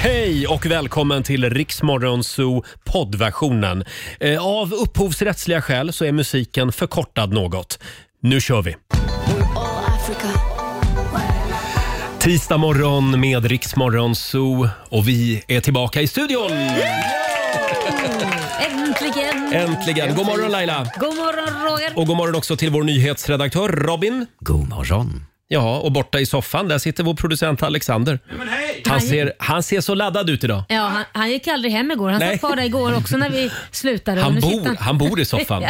Hej och välkommen till Riksmorgon Zoo poddversionen. Av upphovsrättsliga skäl så är musiken förkortad något. Nu kör vi! Tisdag morgon med Riksmorgon Zoo och vi är tillbaka i studion! Äntligen! God morgon Laila! God morgon Roger! Och god morgon också till vår nyhetsredaktör Robin. God morgon! Ja, och borta i soffan, där sitter vår producent Alexander. Men hej! Han ser så laddad ut idag. Ja, han gick aldrig hem igår. Han satt kvar där igår också när vi slutade. Han bor i soffan.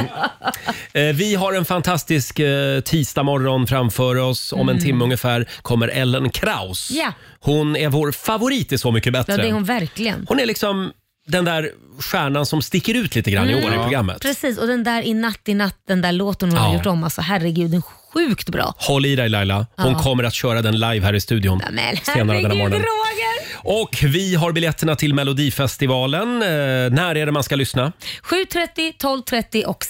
Vi har en fantastisk tisdag morgon framför oss. Om en timme ungefär kommer Ellen Kraus. Ja. Hon är vår favorit i Så mycket bättre. Ja, det är hon verkligen. Hon är liksom den där stjärnan som sticker ut lite grann i år i programmet. Precis, och den där i natt, den där låten hon har gjort om. Alltså herregud, den är sjukt bra. Håll i dig Laila. Hon kommer att köra den live här i studion senare den här morgonen. Roger! Och vi har biljetterna till Melodifestivalen. När är det man ska lyssna? 7.30, 12.30 och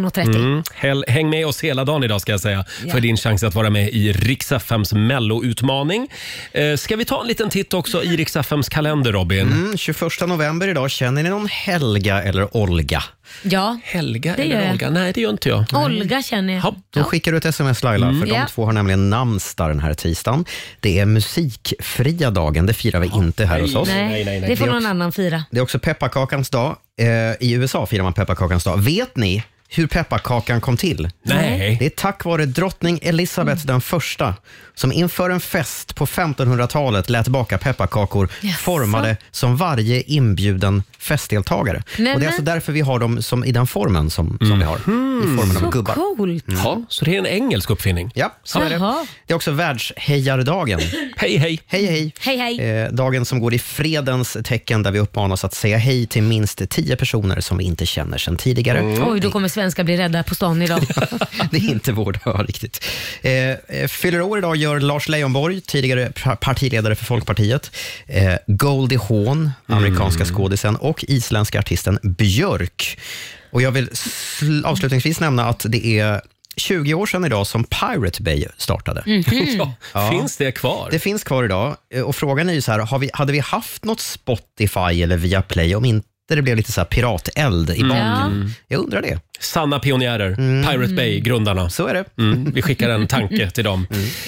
16.30. Häng med oss hela dagen idag ska jag säga. För din chans att vara med i Rix FMs Mello-utmaning. Ska vi ta en liten titt också i Rix FMs kalender, Robin? 21 november idag. Känner ni någon Helga eller Olga? Ja, Helga det eller gör Olga? Nej, det gör inte jag. Olga känner jag. Då skickar du ett sms Laila, för de två har nämligen namnsdag den här tisdagen. Det är musikfria dagen, det firar vi inte här hos oss. Nej, det får någon annan fira. Det är också pepparkakans dag. I USA firar man pepparkakans dag. Vet ni hur pepparkakan kom till? Nej. Det är tack vare drottning Elisabeth den första som inför en fest på 1500-talet lät baka pepparkakor formade som varje inbjuden festdeltagare. Och det är alltså därför vi har dem som i den formen som vi har. I formen av gubbar. Så coolt. Ja, så det är en engelsk uppfinning. Ja, så är det. Det är också världshejardagen. Hej, hej. Hej, hej. Hej, hej. Dagen som går i fredens tecken där vi uppmanas att säga hej till minst 10 personer som vi inte känner sedan tidigare. Oj, då kommer svenskar bli rädda på stan idag. Det är inte vår dag riktigt. Fyller år idag gör Lars Leijonborg, tidigare partiledare för Folkpartiet. Goldie Hawn, amerikanska skådisen, och isländska artisten Björk. Och jag vill avslutningsvis nämna att det är 20 år sedan idag som Pirate Bay startade. Ja, finns det kvar? Det finns kvar idag. Och frågan är ju så här, hade vi haft något Spotify eller Viaplay om inte det blev lite så här pirateld i baken? Jag undrar det. Sanna pionjärer, Pirate Bay, grundarna. Så är det. Vi skickar en tanke till dem.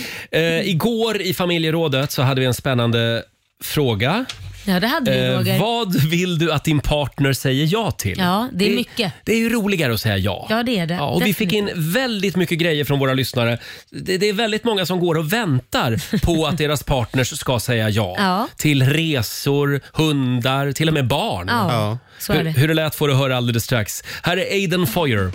Igår i familjerådet så hade vi en spännande fråga. Ja, det hade vi, Roger. Vad vill du att din partner säger ja till? Ja, det är mycket. Det är ju roligare att säga ja. Ja, det är det. Ja, och vi fick in väldigt mycket grejer från våra lyssnare. Det är väldigt många som går och väntar på att deras partners ska säga ja. Till resor, hundar, till och med barn. Ja, så är det. Hur det lät får du höra alldeles strax. Här är Aiden Foyer.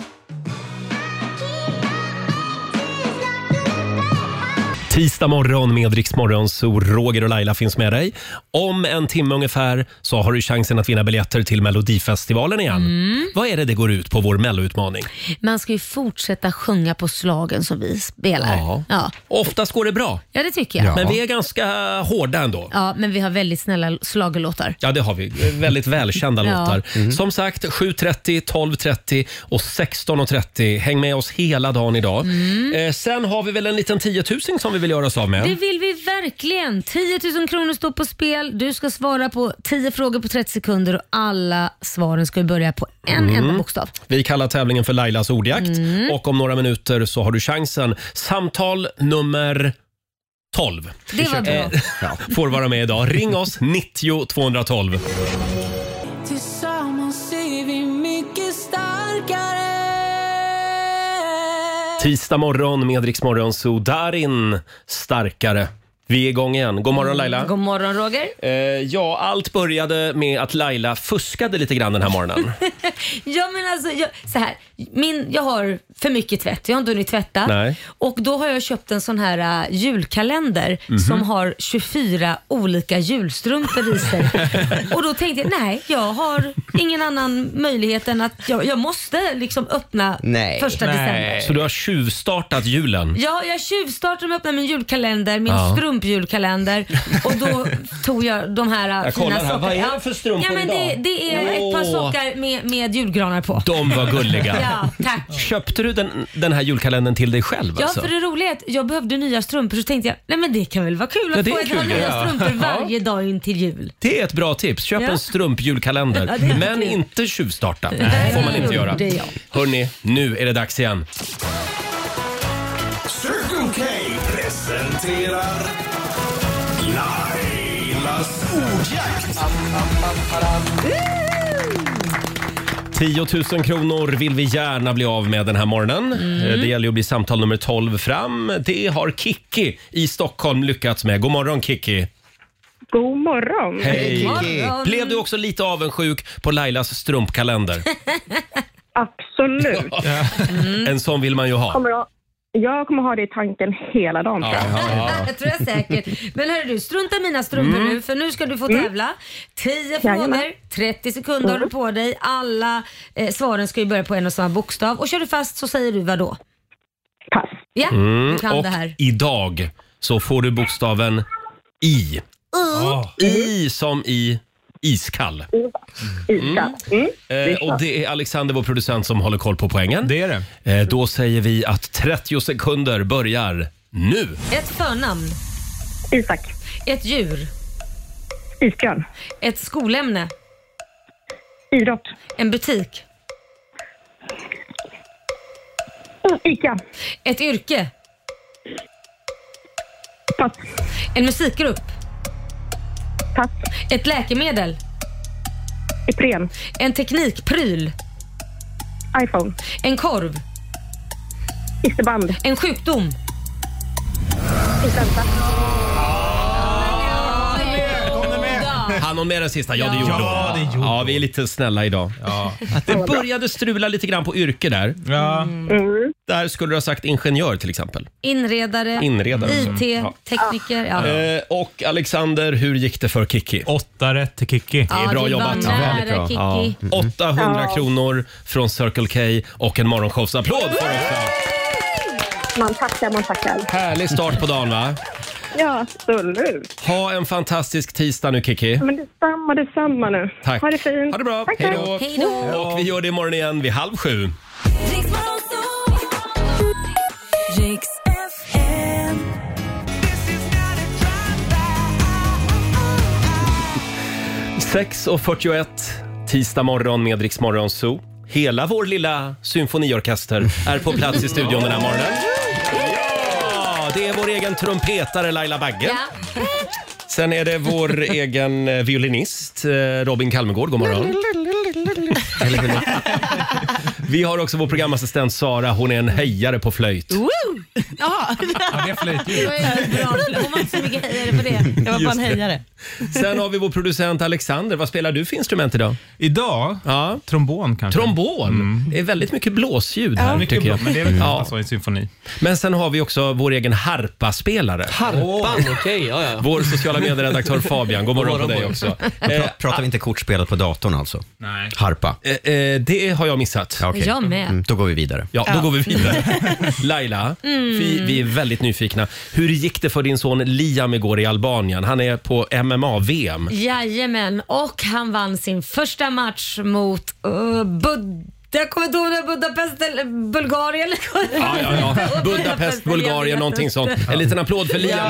Tisdag morgon med Riksmorgon, så Roger och Laila finns med dig. Om en timme ungefär så har du chansen att vinna biljetter till Melodifestivalen igen. Vad är det går ut på vår Mello-utmaning? Man ska ju fortsätta sjunga på slagen som vi spelar. Ja. Oftast går det bra. Ja, det tycker jag. Men vi är ganska hårda ändå. Ja, men vi har väldigt snälla slagerlåtar. Ja, det har vi. Väldigt välkända låtar. Som sagt, 7.30, 12.30 och 16.30. Häng med oss hela dagen idag. Sen har vi väl en liten 10 000 som vi vill göra oss av med. Det vill vi verkligen. 10 000 kronor står på spel. Du ska svara på 10 frågor på 30 sekunder och alla svaren ska börja på en enda bokstav. Vi kallar tävlingen för Lailas ordjakt och om några minuter så har du chansen. Samtal nummer 12. Det var bra. Får vara med idag. Ring oss 90 212. Tillsammans är vi mycket starkare. Tisdag morgon med Riksmorgon, så Darin starkare. Vi är igång igen. God morgon Laila. God morgon Roger. Ja, allt började med att Laila fuskade lite grann den här morgonen. Ja, men alltså, så här. Jag har för mycket tvätt. Jag har inte hunnit tvätta. Nej. Och då har jag köpt en sån här julkalender som har 24 olika julstrumpor i sig. Och då tänkte jag, nej, jag har ingen annan möjlighet än att jag måste liksom öppna första december. Så du har tjuvstartat julen? Ja, jag tjuvstartade med att öppna min julkalender, min strumpjulkalender. Och då tog jag de här fina sockar. Vad är det för strumpor idag? Det är ett par sockar med julgranar på. De var gulliga. Ja, tack. Köpte du den här julkalendern till dig själv? Ja, alltså? för det roliga är att jag behövde nya strumpor, så tänkte jag, nej men det kan väl vara kul att få ett par nya strumpor varje dag in till jul. Det är ett bra tips. Köp en strumpjulkalender. Ja, men inte tjuvstarta. Det får man inte göra. Hörrni, nu är det dags igen. Circle K presenterar Lailas ordjakt. 10 000 kronor vill vi gärna bli av med den här morgonen. Det gäller ju att bli samtal nummer 12 fram. Det har Kiki i Stockholm lyckats med. God morgon Kiki. God morgon. Hej. Morgon. Blev du också lite avundsjuk på Lailas strumpkalender? Absolut. En sån vill man ju ha. Jag kommer ha det i tanken hela dagen. Jag tror jag säkert. Men hörru du, strunta i mina strumpor nu, för nu ska du få tävla. 10 frågor, 30 sekunder har du på dig. Alla svaren ska ju börja på en och samma bokstav. Och kör du fast så säger du vad då? Pass. Ja, du kan Och det här. idag så får du bokstaven I. I som i iskall. Och det är Alexander, vår producent, som håller koll på poängen. Det är det. Då säger vi att 30 sekunder börjar nu. Ett förnamn. Isak. Ett djur. Isbjörn. Ett skolämne. Idrott. En butik. Ica. Ett yrke. Pass. En musikgrupp. Pass. Ett läkemedel. Ipren. En teknikpryl. iPhone. En korv. Isterband. En sjukdom. Influensa. Han och med den sista. Ja, det gjorde Ja, det hon. gjorde Ja, vi är lite snälla idag. Ja. Det började strula lite grann på yrke där. Ja. Där skulle du ha sagt ingenjör till exempel. Inredare. Inredare. IT-tekniker. Ja. Och Alexander, hur gick det för Kiki? 8 rätt till Kiki. Det är bra du jobbat. var nära, Väldigt bra. Kiki. 800 kronor från Circle K och en morgonshowsapplåd för också. Man tackar. Härlig start på dagen, va? Ja, absolut. Ha en fantastisk tisdag nu, Kiki. Men detsamma nu. Tack. Ha det fint. Ha det bra. Tack. Hej då. Hej då. Och vi gör det imorgon igen vid 6:30. Riks FM. 6:41, tisdag morgon med Rix Morgon Zoo. Hela vår lilla symfoniorkester är på plats i studion den här morgonen. Ja, det är vår egen trumpetare Laila Bagge. Ja. Sen är det vår egen violinist Robin Kalmegård. God morgon. Vi har också vår programassistent Sara. Hon är en hejare på flöjt. Ja, det är flöjtljud. Det var ju bra. Hon var inte så mycket hejare på det. Jag var bara en hejare. Sen har vi vår producent Alexander. Vad spelar du för instrument idag? Idag? Ja. Trombon kanske. Trombon? Det är väldigt mycket blåsljud här, Mycket tycker bra, jag. men det är väl så i en symfoni. Men sen har vi också vår egen harpaspelare. Harpan, okej. Ja, ja. Vår sociala medieredaktör Fabian. God morgon på dig också. Pratar vi inte kortspelet på datorn alltså? Nej. Harpa. Det har jag missat. Ja, okej. Jag med. Då går vi vidare. Ja, då går vi vidare. Laila, vi är väldigt nyfikna. Hur gick det för din son Liam igår i Albanien? Han är på MMA-VM. Jajamän, och han vann sin första match mot jag kommer inte ihåg Budapest eller Bulgarien. Ja. Budapest, Bulgarien, någonting sånt. En liten applåd för Liam.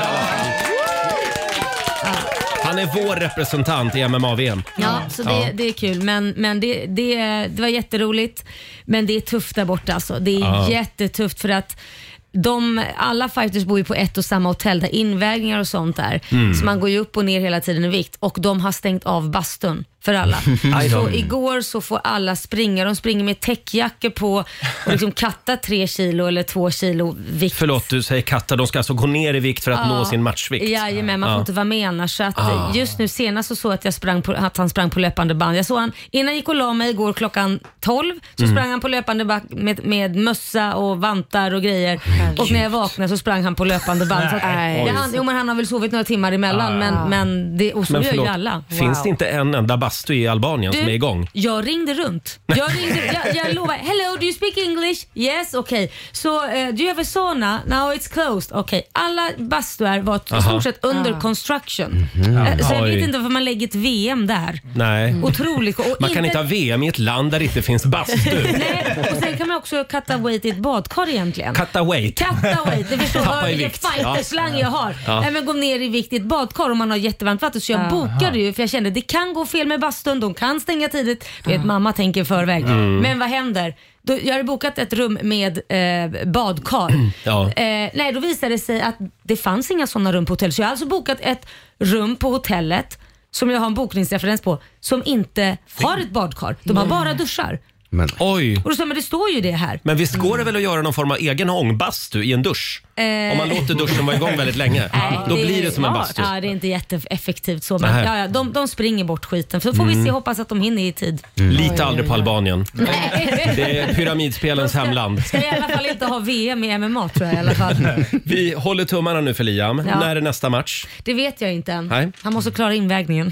Han är vår representant i MMA-VM. Ja, så det är kul. Men det var jätteroligt. Men det är tufft där borta alltså. Det är jättetufft för att alla fighters bor ju på ett och samma hotell där invägningar och sånt där. Så man går ju upp och ner hela tiden i vikt. Och de har stängt av bastun för alla. Så igår så får alla springa. De springer med täckjackor på och liksom katta 3 kilo eller 2 kilo vikt. Förlåt, du säger katta. De ska alltså gå ner i vikt för att nå sin matchvikt. Jajamän, man får inte vara med annars. Så att just nu senast så såg att han sprang på löpande band. Jag såg han, innan jag gick och la mig igår klockan 12 så sprang han på löpande band med mössa och vantar och grejer. Och när jag vaknade så sprang han på löpande band. Så att, men han har väl sovit några timmar emellan, men det och så gör ju alla. Finns det inte en enda bastu i Albanien som är igång. Jag ringde runt. Jag lovar. Hello, do you speak English? Yes, okay. So, do you have a sauna? No, it's closed. Okay. Alla bastuar var i stort sett under construction. Så jag vet inte varför man lägger ett VM där. Nej. Otroligt. Och man kan inte ha VM i ett land där det inte finns bastu. Nej, och sen kan man också cutta weight i ett badkar egentligen. Cutta weight, det förstår jag. Fighterslang jag har. Nej, men gå ner i vikt i ett badkar om man har jättevarmt vatten. Så jag bokade ju, för jag kände det kan gå fel med bastun. De kan stänga tidigt. Vet, mamma tänker i förväg. Men vad händer? Jag har bokat ett rum med badkar. Nej, då visade det sig att det fanns inga sådana rum på hotellet. Så jag har alltså bokat ett rum på hotellet som jag har en bokningsreferens på, som inte har ett badkar. De har bara duschar. Men. Oj. Och då sa, men det står ju det här. Men visst går det väl att göra någon form av egen ångbastu i en dusch? Om man låter duschen vara igång väldigt länge. Då blir det som en bastu. Ja, det är inte jätteeffektivt så. Men de springer bort skiten. Så får vi se, hoppas att de hinner i tid. Lita aldrig på Albanien. Det är pyramidspelens hemland. Ska i alla fall inte ha VM i MMA, tror jag i alla fall. Vi håller tummarna nu för Liam. När är nästa match? Det vet jag inte än. Nej. Han måste klara invägningen.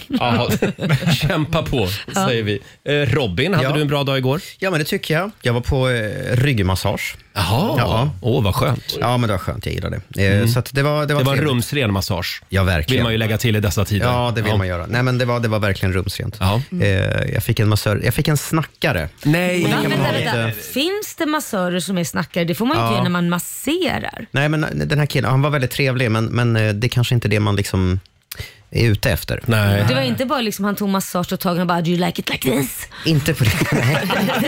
Kämpa på, säger vi. Robin, hade du en bra dag igår? Ja, men det tycker jag. Jag var på ryggmassage. Jaha, vad skönt. Ja, men det var skönt, jag gillade det. Så att det var rumsren massage. Ja, verkligen. Vill man ju lägga till i dessa tider. Ja, det vill man göra. Nej, men det var verkligen rumsrent. Jag fick en massör, jag fick en snackare. Nej. Vänta. Finns det massörer som är snackare? Det får man ju inte göra när man masserar. Nej, men den här killen, han var väldigt trevlig, men det är kanske inte det man liksom är ute efter. Nej. Det var inte bara liksom han tog massage och tag och bara, do you like it like this? Inte på det.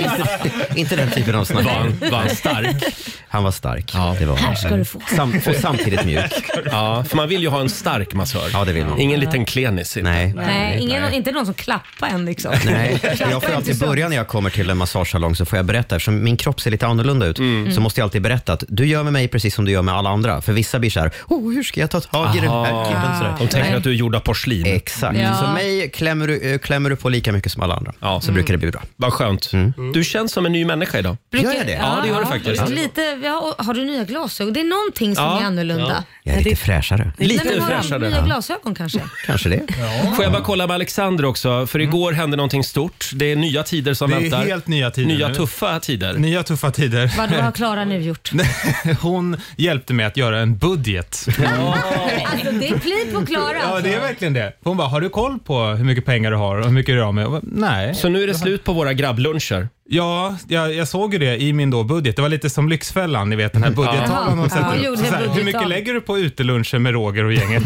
inte den typen av snack. Var han stark? Han var stark. Ja, det var. Här ska du få. Och samtidigt mjuk. Ja, för man vill ju ha en stark massör. Ja, det vill man. Ingen liten klenis. Nej, inte någon som klappar en liksom. Nej, jag får alltid börja när jag kommer till en massagesalong, så får jag berätta, eftersom min kropp ser lite annorlunda ut, så måste jag alltid berätta att du gör med mig precis som du gör med alla andra. För vissa blir så här, hur ska jag ta tag i den här kippen? De tänker att du är gjord av porslin. Exakt. Så mig klämmer du på lika mycket som alla andra. Så brukar det bli bra. Vad skönt. Du känns som en ny människa idag. Gör jag det? Ja, det gör du faktiskt. Lite, har du nya glasögon? Det är någonting som är annorlunda. Jag är lite fräschare. Lite fräschare. Nya glasögon kanske. Kanske det. Får jag bara kolla med Alexander också, för igår hände någonting stort. Det är nya tider som väntar. Det är helt nya tider. Nya tuffa tider. Nya tuffa tider. Vad har Klara nu gjort? Hon hjälpte mig att göra en budget. Alltså, det är plit på Klara. Ja, det är verkligen det. Hon bara, har du koll på hur mycket pengar du har och hur mycket du har med? Nej. Så nu är det slut på våra grabbluncher? Ja, jag såg ju det i min budget. Det var lite som Lyxfällan, ni vet den här budgettavlan. Hur mycket lägger du på uteluncher med Roger och gänget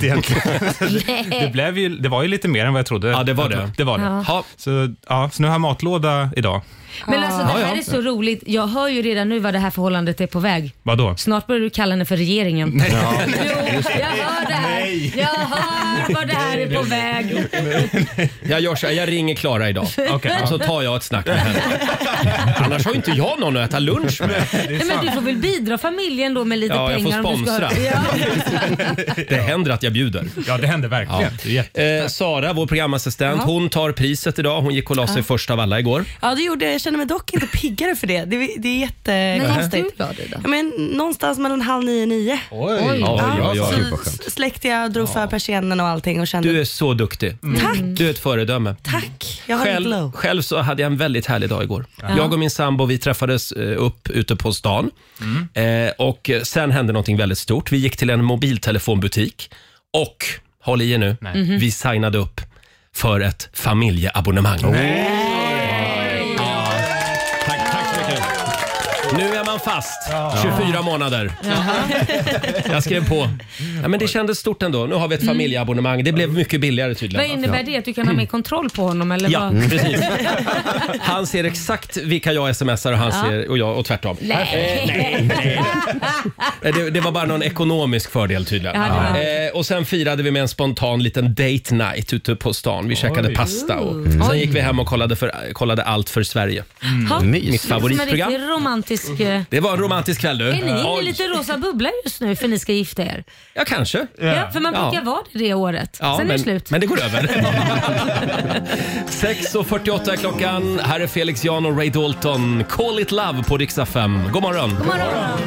egentligen? det var ju lite mer än vad jag trodde. Ja, det var det. Det var det. Ja. Så nu har jag matlåda idag. Men alltså det här är så roligt. Jag hör ju redan nu vad det här förhållandet är på väg. Vadå? Snart börjar du kalla henne för regeringen. Ja. Jo, jag hör det här. Nej. Jag hör vad det här är på väg. Jag gör så här, jag ringer Klara idag. Okay. Och så tar jag ett snack med henne. Annars har inte jag någon att äta lunch med. Nej, men du får väl bidra familjen då med lite pengar. Ja, jag får sponsra. Det händer att jag bjuder. Ja, det händer verkligen. Sara, vår programassistent, hon tar priset idag. Hon gick och la sig först av alla igår. Ja, det gjorde jag. Jag känner mig dock inte piggare för det. Det är jättekonstigt. Men någonstans mellan 8:30 och 9. Så släckte jag, drog för persiennen och allting och kände... Du är så duktig. Tack. Du är ett föredöme. Tack. Jag har glow. Själv så hade jag en väldigt härlig dag igår. Jag och min sambo, vi träffades upp ute på stan. Och sen hände någonting väldigt stort. Vi gick till en mobiltelefonbutik och, håll i er nu, vi signade upp för ett familjeabonnemang. Nu är man fast. 24 månader. Jag skrev på. Ja, men det kändes stort ändå. Nu har vi ett familjeabonnemang. Det blev mycket billigare tydligen. Vad innebär det? Att du kan ha mer kontroll på honom? Eller ja, precis. Han ser exakt vilka jag smsar och han ser och jag och tvärtom. Nej. Det var bara någon ekonomisk fördel tydligen. Och sen firade vi med en spontan liten date night ute på stan. Vi käkade pasta och sen gick vi hem och kollade Allt för Sverige. Mitt favoritprogram. Det var en romantisk kväll du. Är ni inne i lite rosa bubbla just nu för ni ska gifta er? Ja, kanske. Ja, för man brukar vara det året. Ja, sen är det slut. Men det går över. 6:48 är klockan. Här är Felix Jan och Ray Dalton. Call it love på Rix FM. God morgon. God morgon.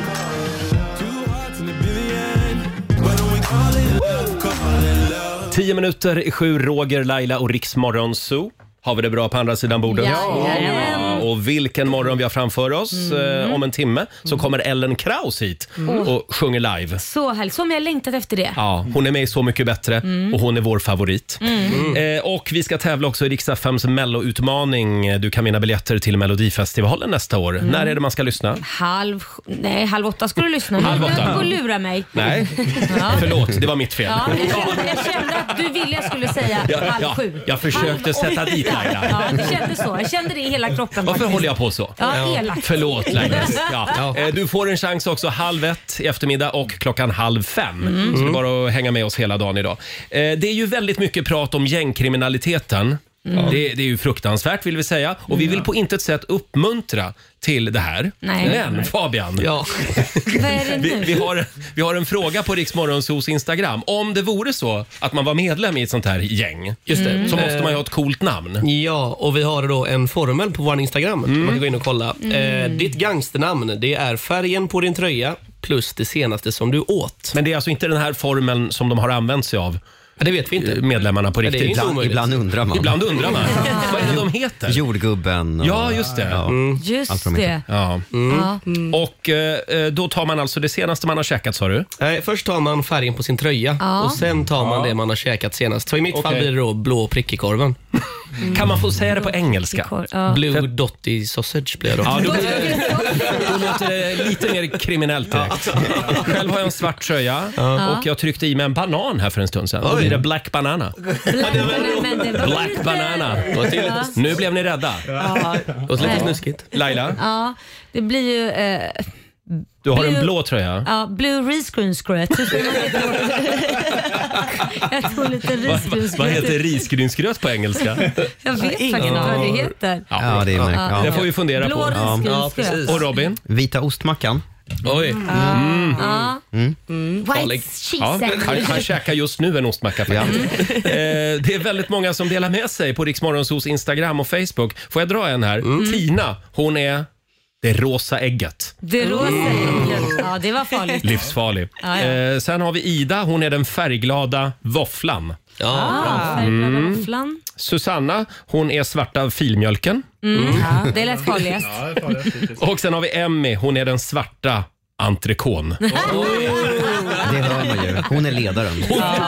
10 minuter i 7, Roger, Laila och Rix Morgon Zoo. Har vi det bra på andra sidan bordet? Ja. Och vilken morgon vi har framför oss. Om en timme så kommer Ellen Kraus hit och sjunger live. Så härligt, som jag längtat efter det. Ja, hon är med i Så mycket bättre och hon är vår favorit. Och vi ska tävla också i Rix FMs Mello-utmaning. Du kan vinna biljetter till Melodifestivalen nästa år. När är det man ska lyssna? 7:30 ska du lyssna. 7:30. Du lura mig. Nej, förlåt, det var mitt fel. Ja, jag kände att du ville jag skulle säga 7:30. Jag försökte sätta dit Laila. Ja, det kändes så. Jag kände det i hela kroppen. Varför håller jag på så? Ja, elakt. Förlåt Laila. Du får en chans också 4:30 i eftermiddag och 4:30. Så det är bara att hänga med oss hela dagen idag. Det är ju väldigt mycket prat om gängkriminaliteten. Det är ju fruktansvärt vill vi säga. Och vi vill på intet sätt uppmuntra till det här. Nej. Men Fabian, vad är det nu? vi har en fråga på Rix Morgonzos Instagram. Om det vore så att man var medlem i ett sånt här gäng, just det, så måste man ju ha ett coolt namn. Ja, och vi har då en formel på vår Instagram. Man kan gå in och kolla. Ditt gangsternamn, det är färgen på din tröja plus det senaste som du åt. Men det är alltså inte den här formeln som de har använt sig av. Det vet vi inte. Medlemmarna på riktigt. Ibland undrar man. Vad är det de heter? Jordgubben. Ja, just det. Just det. Ja. Och då tar man alltså det senaste man har käkat, sa du? Först tar man färgen på sin tröja och sen tar man det man har käkat senast. Så i mitt fall blir det då blå prick i korven. Kan man få säga det på engelska? Blue dotty sausage blir det då. Ja, då låter det lite mer kriminellt direkt. Själv har jag en svart tröja och jag tryckte i mig en banan här för en stund sedan. Då blir det black banana. Black banana. Nu blev ni rädda. Det låter lite snuskigt. Laila? Ja, det blir ju... Du har en blå tröja. Ja, blue risgrynsgröt. Jag tror lite risgrynsgröt. Vad heter risgrynsgröt på engelska? Jag vet faktiskt vad det heter. Ja, det är märkt. Det får vi fundera blå på. Risgrynsgröt. Och Robin? Vita ostmackan. Oj. White cheese. Han käkar just nu en ostmacka. Det är väldigt många som delar med sig på Rix Morgonzos Instagram och Facebook. Får jag dra en här? Tina, hon är... Det rosa ägget. Det rosa ägget. Ja, det var farligt. Livsfarlig. Sen har vi Ida. Hon är den färgglada våfflan. Färgglada våfflan. Susanna. Hon är svarta filmjölken. Det är lätt farligast. Och sen har vi Emmy. Hon är den svarta entrecôten. Det hör man ju. Hon är ledaren.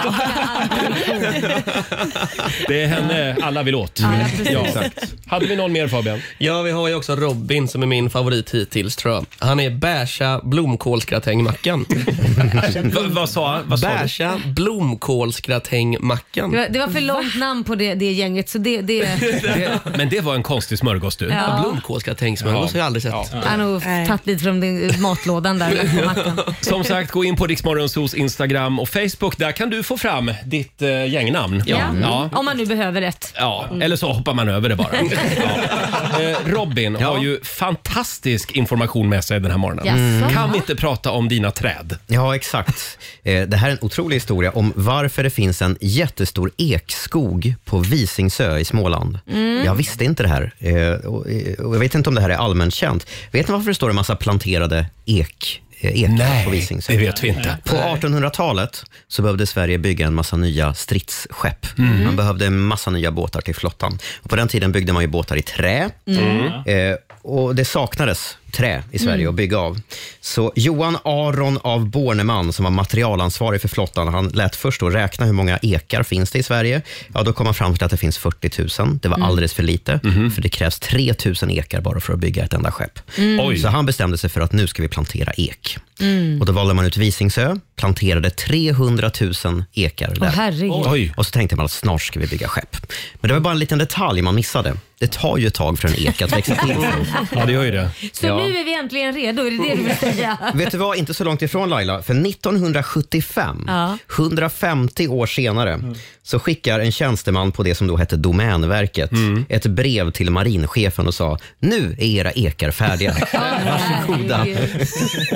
Det är henne alla vill åt. Ja, exakt. Hade vi någon mer, Fabian? Ja, vi har ju också Robin som är min favorit hittills, tror jag. Han är bärsa blomkålsgratängmackan. Vad sa du? Bärsa blomkålsgratängmackan. Det var för långt namn på det gänget, så det... Men det var en konstig smörgås, du. Ja. Blomkålsgratängsmörgås har jag aldrig sett. Han har nog tagit lite från matlådan där på mackan. Som sagt, gå in på Rix Morgonzos Instagram och Facebook. Där kan du få fram ditt gängnamn. Ja. Om man nu behöver ett. Ja, eller så hoppar man över det bara. Robin har ju fantastisk information med sig den här morgonen. Kan vi inte prata om dina träd? Ja, exakt. Det här är en otrolig historia om varför det finns en jättestor ekskog på Visingsö i Småland. Jag visste inte det här. Och jag vet inte om det här är allmänt känt. Vet ni varför det står en massa planterade ek på Visingsö? Det vet vi inte. På 1800-talet så behövde Sverige bygga en massa nya stridsskepp. Man behövde en massa nya båtar till flottan. Och på den tiden byggde man ju båtar i trä. Och det saknades trä i Sverige att bygga av. Så Johan Aron av Borneman, som var materialansvarig för flottan, han lät först då räkna hur många ekar finns det i Sverige. Ja, då kom man fram till att det finns 40 000. Det var alldeles för lite, för det krävs 3 000 ekar bara för att bygga ett enda skepp. Så han bestämde sig för att nu ska vi plantera ek. Och då valde man ut Visingsö, planterade 300 000 ekar där. Och så tänkte man att snart ska vi bygga skepp. Men det var bara en liten detalj man missade. Det tar ju ett tag för en ek att växa till. Ja, det gör ju det. Så nu är vi äntligen redo, är det du vill säga? Vet du vad, inte så långt ifrån Laila. För 1975, 150 år senare, så skickar en tjänsteman på det som då hette Domänverket ett brev till marinchefen och sa: nu är era ekar färdiga. Varsågoda.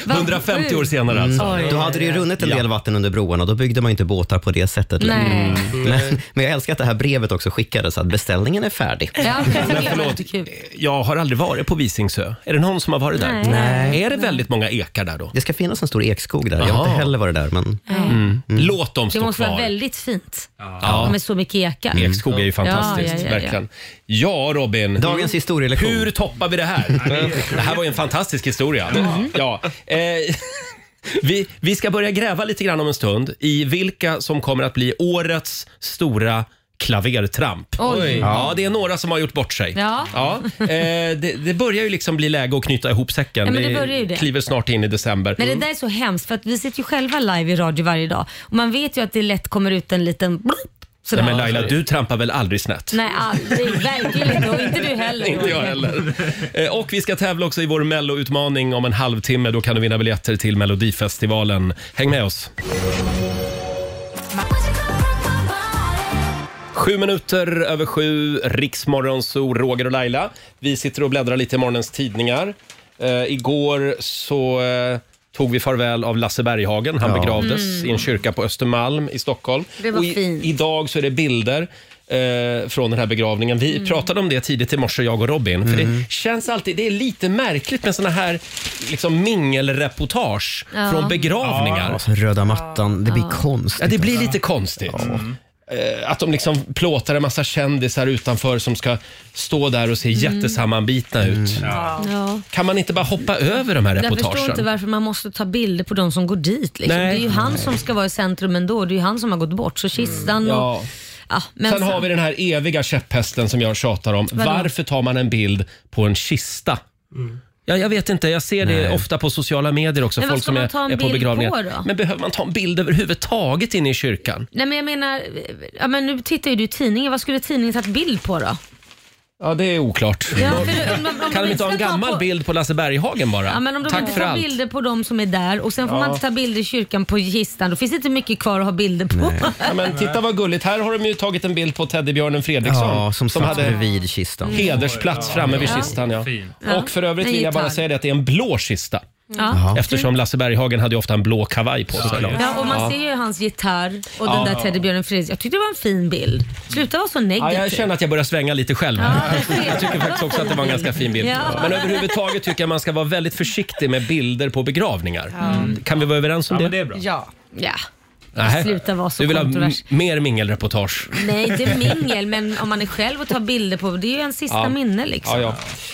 150 år senare alltså. Då hade det ju runnit en del vatten under broarna. Då byggde man inte båtar på det sättet. Men jag älskar att det här brevet också skickades, så att beställningen är färdig. Ja, men förlåt, jag har aldrig varit på Visingsö. Är det någon som har varit där? Nej. Är det väldigt många ekar där då? Det ska finnas en stor ekskog där. Jag har inte heller varit där. Men... Låt dem stå kvar. Det måste vara väldigt fint. Med så mycket ekar. Ekskog är ju fantastiskt, verkligen. Ja, Robin. Dagens historielektion. Hur toppar vi det här? Det här var ju en fantastisk historia. Ja. Vi ska börja gräva lite grann om en stund i vilka som kommer att bli årets stora klavertramp. Oj. Ja, det är några som har gjort bort sig. Ja. Det börjar ju liksom bli läge att knyta ihop säcken. Ja, men det börjar ju det. Kliver snart in i december. Men det där är så hemskt, för att vi sitter ju själva live i radio varje dag. Och man vet ju att det lätt kommer ut en liten... Nej, men Laila, du trampar väl aldrig snett? Nej, aldrig. Verkligen inte. Och inte du heller. Inte jag heller. Och vi ska tävla också i vår Mello-utmaning om en halvtimme. Då kan du vinna biljetter till Melodifestivalen. Häng med oss. 7:07, Riksmorgonzoo, Roger och Laila. Vi sitter och bläddrar lite i morgonens tidningar. Igår så... tog vi farväl av Lasse Berghagen. Han begravdes i en kyrka på Östermalm i Stockholm. Det var fint. Idag så är det bilder från den här begravningen. Vi pratade om det tidigt i morse, jag och Robin. För det känns alltid, det är lite märkligt med såna här liksom mingelreportage från begravningar. Alltså, röda mattan, det blir konstigt. Ja, det blir lite konstigt. Att de liksom plåtar en massa kändisar utanför som ska stå där och se jättesammanbitna ut. Kan man inte bara hoppa över de här reportagen? Jag förstår inte varför man måste ta bilder på de som går dit. Liksom. Det är ju han som ska vara i centrum ändå. Det är ju han som har gått bort. Så kistan och... Ja, men sen har vi den här eviga käpphästen som jag tjatar om. Varför tar man en bild på en kista? Ja, jag vet inte, jag ser det ofta på sociala medier också. Men folk som är på begravningar. Men behöver man ta en bild överhuvudtaget inne i kyrkan? Nej, men jag menar, men nu tittar ju du i tidningen. Vad skulle tidningen tagit bild på då? Ja, det är oklart. Ja, kan de inte ha en gammal bild på Lasse Berghagen bara? Ja, men om de Tack inte för tar allt. bilder på de som är där och sen får man inte ta bilder i kyrkan på kistan, då finns det inte mycket kvar att ha bilder på. Ja, men titta vad gulligt. Här har de ju tagit en bild på Teddybjörnen Fredriksson. Som hade vid kistan. Hedersplats framme vid kistan. Och för övrigt vill jag bara säga det att det är en blå kista. Eftersom Lasse Berghagen hade ju ofta en blå kavaj på sig. Ja, och man ser ju hans gitarr och den där Teddybjörnen Fredriksson. Jag tyckte det var en fin bild. Sluta vara så negativ. Ja, jag känner att jag börjar svänga lite själv. Jag tycker faktiskt också att det var en ganska fin bild. Men överhuvudtaget tycker jag man ska vara väldigt försiktig med bilder på begravningar. Kan vi vara överens om det? Men det är bra. Ja. Sluta vara så du vill kontrovers. ha mer mingelreportage? Nej, inte mingel, men om man är själv och tar bilder på, det är ju en sista minne liksom.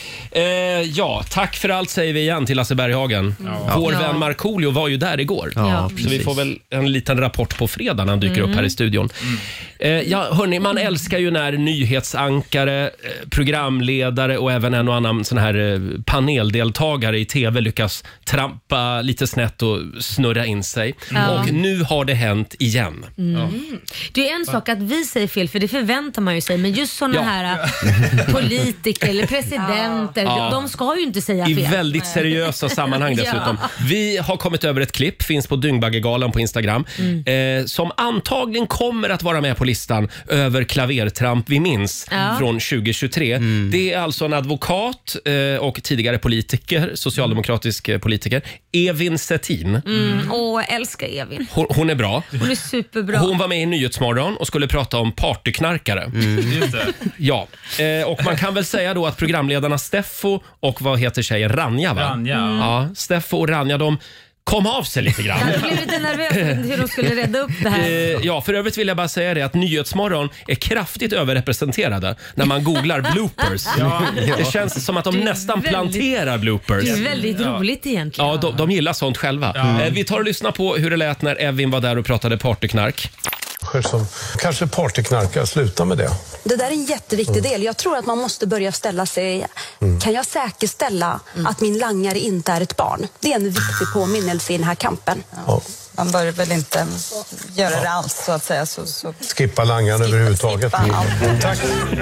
Tack för allt säger vi igen till Lasse Berghagen. Vår vän Markoolio var ju där igår. Så vi får väl en liten rapport på fredag när han dyker upp här i studion. Hörni, man älskar ju när nyhetsankare, programledare och även en och annan sån här paneldeltagare i tv lyckas trampa lite snett och snurra in sig. Och nu har det hänt igen. Det är en sak att vi säger fel, för det förväntar man ju sig, men just såna här politiker eller presidenter, de ska ju inte säga fel. I väldigt seriösa sammanhang dessutom. Vi har kommit över ett klipp, finns på Dyngbaggegalan på Instagram, som antagligen kommer att vara med på listan över klavertramp vi minns från 2023. Det är alltså en advokat och tidigare politiker, socialdemokratisk politiker, Evin Settin. Älskar Evin. Hon är bra. Hon är superbra. Hon var med i Nyhetsmorgon och skulle prata om partyknarkare. Just det. Ja, och man kan väl säga då att programledarna Steffo och vad heter tjejen? Ranja, va? Ja, Steffo och Ranja, de kom av sig lite grann. Jag blev lite nervös hur de skulle rädda upp det här. För övrigt vill jag bara säga det att Nyhetsmorgon är kraftigt överrepresenterade när man googlar bloopers. Det känns som att de nästan planterar bloopers. Det är väldigt roligt egentligen. Ja, de gillar sånt själva. Vi tar och lyssnar på hur det lät när Evin var där och pratade partyknark. Som kanske partyknarkar, sluta med det. Det där är en jätteviktig del. Jag tror att man måste börja ställa sig, kan jag säkerställa att min langare inte är ett barn? Det är en viktig påminnelse i den här kampen. Man bör väl inte göra det alls, så att säga. Så. Skippa langaren överhuvudtaget. Tack.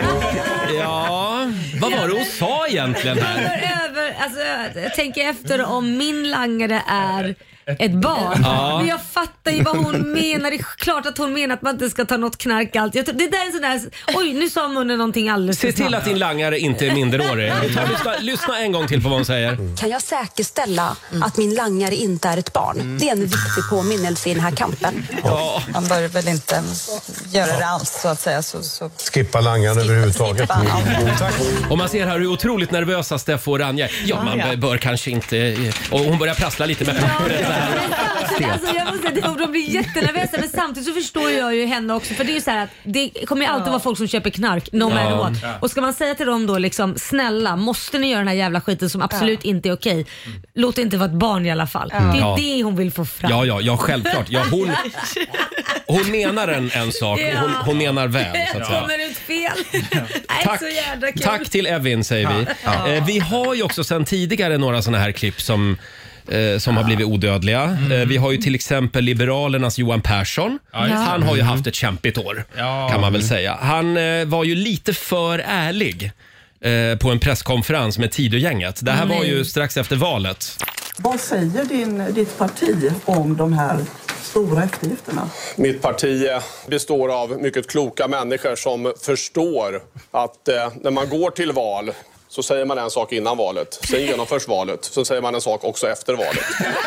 Ja, vad var det hon sa egentligen här? Jag tänker efter om min langare är ett barn. Men jag fattar ju vad hon menar. Det är klart att hon menar att man inte ska ta något knark allt. Det där är en sån där... Oj, nu sa munnen någonting alldeles Se till att din langare inte är minderårig. Lyssna en gång till på vad hon säger. Kan jag säkerställa att min langare inte är ett barn? Det är en viktig påminnelse i den här kampen. Ja. Man bör väl inte göra det alls så att säga. Så. Skippa langan överhuvudtaget. Tack. Och man ser här hur otroligt nervösa Steffo och Ranja. Ja, man bör kanske inte... Och hon börjar prassla lite med pappret. Alltså, jag måste säga att de blir jättenervösa, men samtidigt så förstår jag ju henne också, för det är ju så här att det kommer ju alltid vara folk som köper knark no matter what. Och ska man säga till dem då liksom, snälla, måste ni göra den här jävla skiten som absolut inte är okej. Låt det inte vara ett barn i alla fall. Det är det hon vill få fram. Ja, självklart. Ja, hon menar en sak. Hon menar väl, så att säga. Kommer ut fel. Tack till Evin, säger vi. Vi har ju också sedan tidigare några såna här klipp som har blivit odödliga. Vi har ju till exempel Liberalernas Johan Persson. Han har ju haft ett kämpigt år, kan man väl säga. Han var ju lite för ärlig på en presskonferens med Tidögänget. Det här var ju strax efter valet. Vad säger ditt parti om de här stora eftergifterna? Mitt parti består av mycket kloka människor som förstår att när man går till val så säger man en sak innan valet. Sen genomförs valet. Sen säger man en sak också efter valet.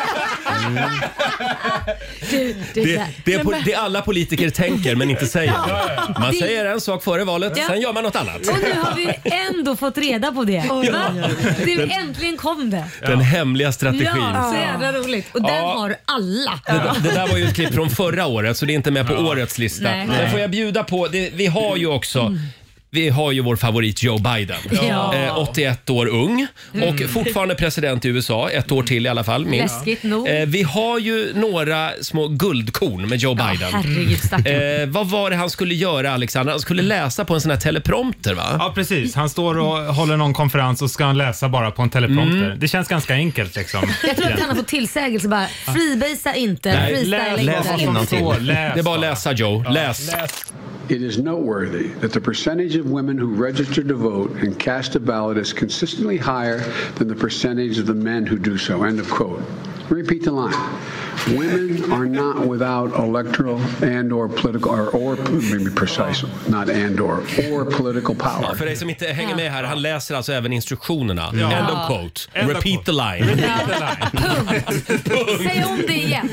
Det alla politiker tänker men inte säger. Man säger en sak före valet, sen gör man något annat. Och nu har vi ändå fått reda på det. Äntligen kom det. Den hemliga strategin. Ja, så jävla roligt. Och den har alla. Det där var ju ett klipp från förra året, så det är inte med på årets lista. Men får jag bjuda på, vi har ju också... Vi har ju vår favorit Joe Biden. 81 år ung och fortfarande president i USA. Ett år till i alla fall, minst. Läskigt nog. Vi har ju några små guldkorn med Joe Biden. Herregud, vad var det han skulle göra, Alexander? Han skulle läsa på en sån här teleprompter, va? Ja, precis. Han står och håller någon konferens och ska han läsa bara på en teleprompter. Det känns ganska enkelt liksom. Jag tror att han har fått tillsägelse bara. Freebasea inte. Läs innantill. Det är bara att läsa, Joe. Läs. It is noteworthy that the percentage of women who register to vote and cast a ballot is consistently higher than the percentage of the men who do so. End of quote. Repeat the line. Women are not without electoral and or political or maybe precise, not and or political power. Ja, för dig som inte hänger med här, han läser alltså även instruktionerna. End of quote. Repeat the line. Punkt. Säg om det igen.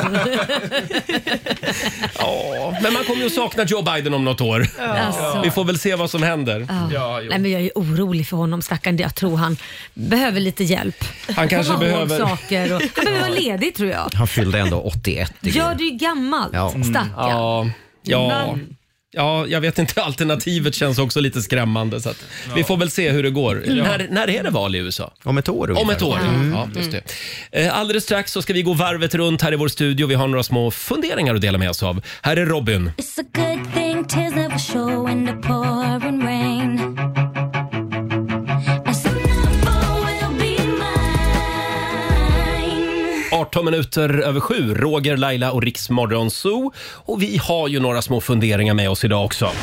Men man kommer ju att sakna Joe Biden om något år. Vi får väl se vad som händer. Nej, men jag är orolig för honom, stackaren. Jag tror han behöver lite hjälp. Han kanske behöver saker och han behöver vara ledig, tror jag. Han fyllde ändå 81. Ja, du är gammal, stackarn. Ja, jag vet inte. Alternativet känns också lite skrämmande. Så att vi får väl se hur det går. När är det val i USA? Om ett år. Om ett år, ja, just det. Alldeles strax så ska vi gå varvet runt här i vår studio. Vi har några små funderingar att dela med oss av. Här är Robin. It's a good thing 'tis never show in the pouring rain. 18 minuter över 7. Roger, Laila och Riks Morgonzoo. Och vi har ju några små funderingar med oss idag också.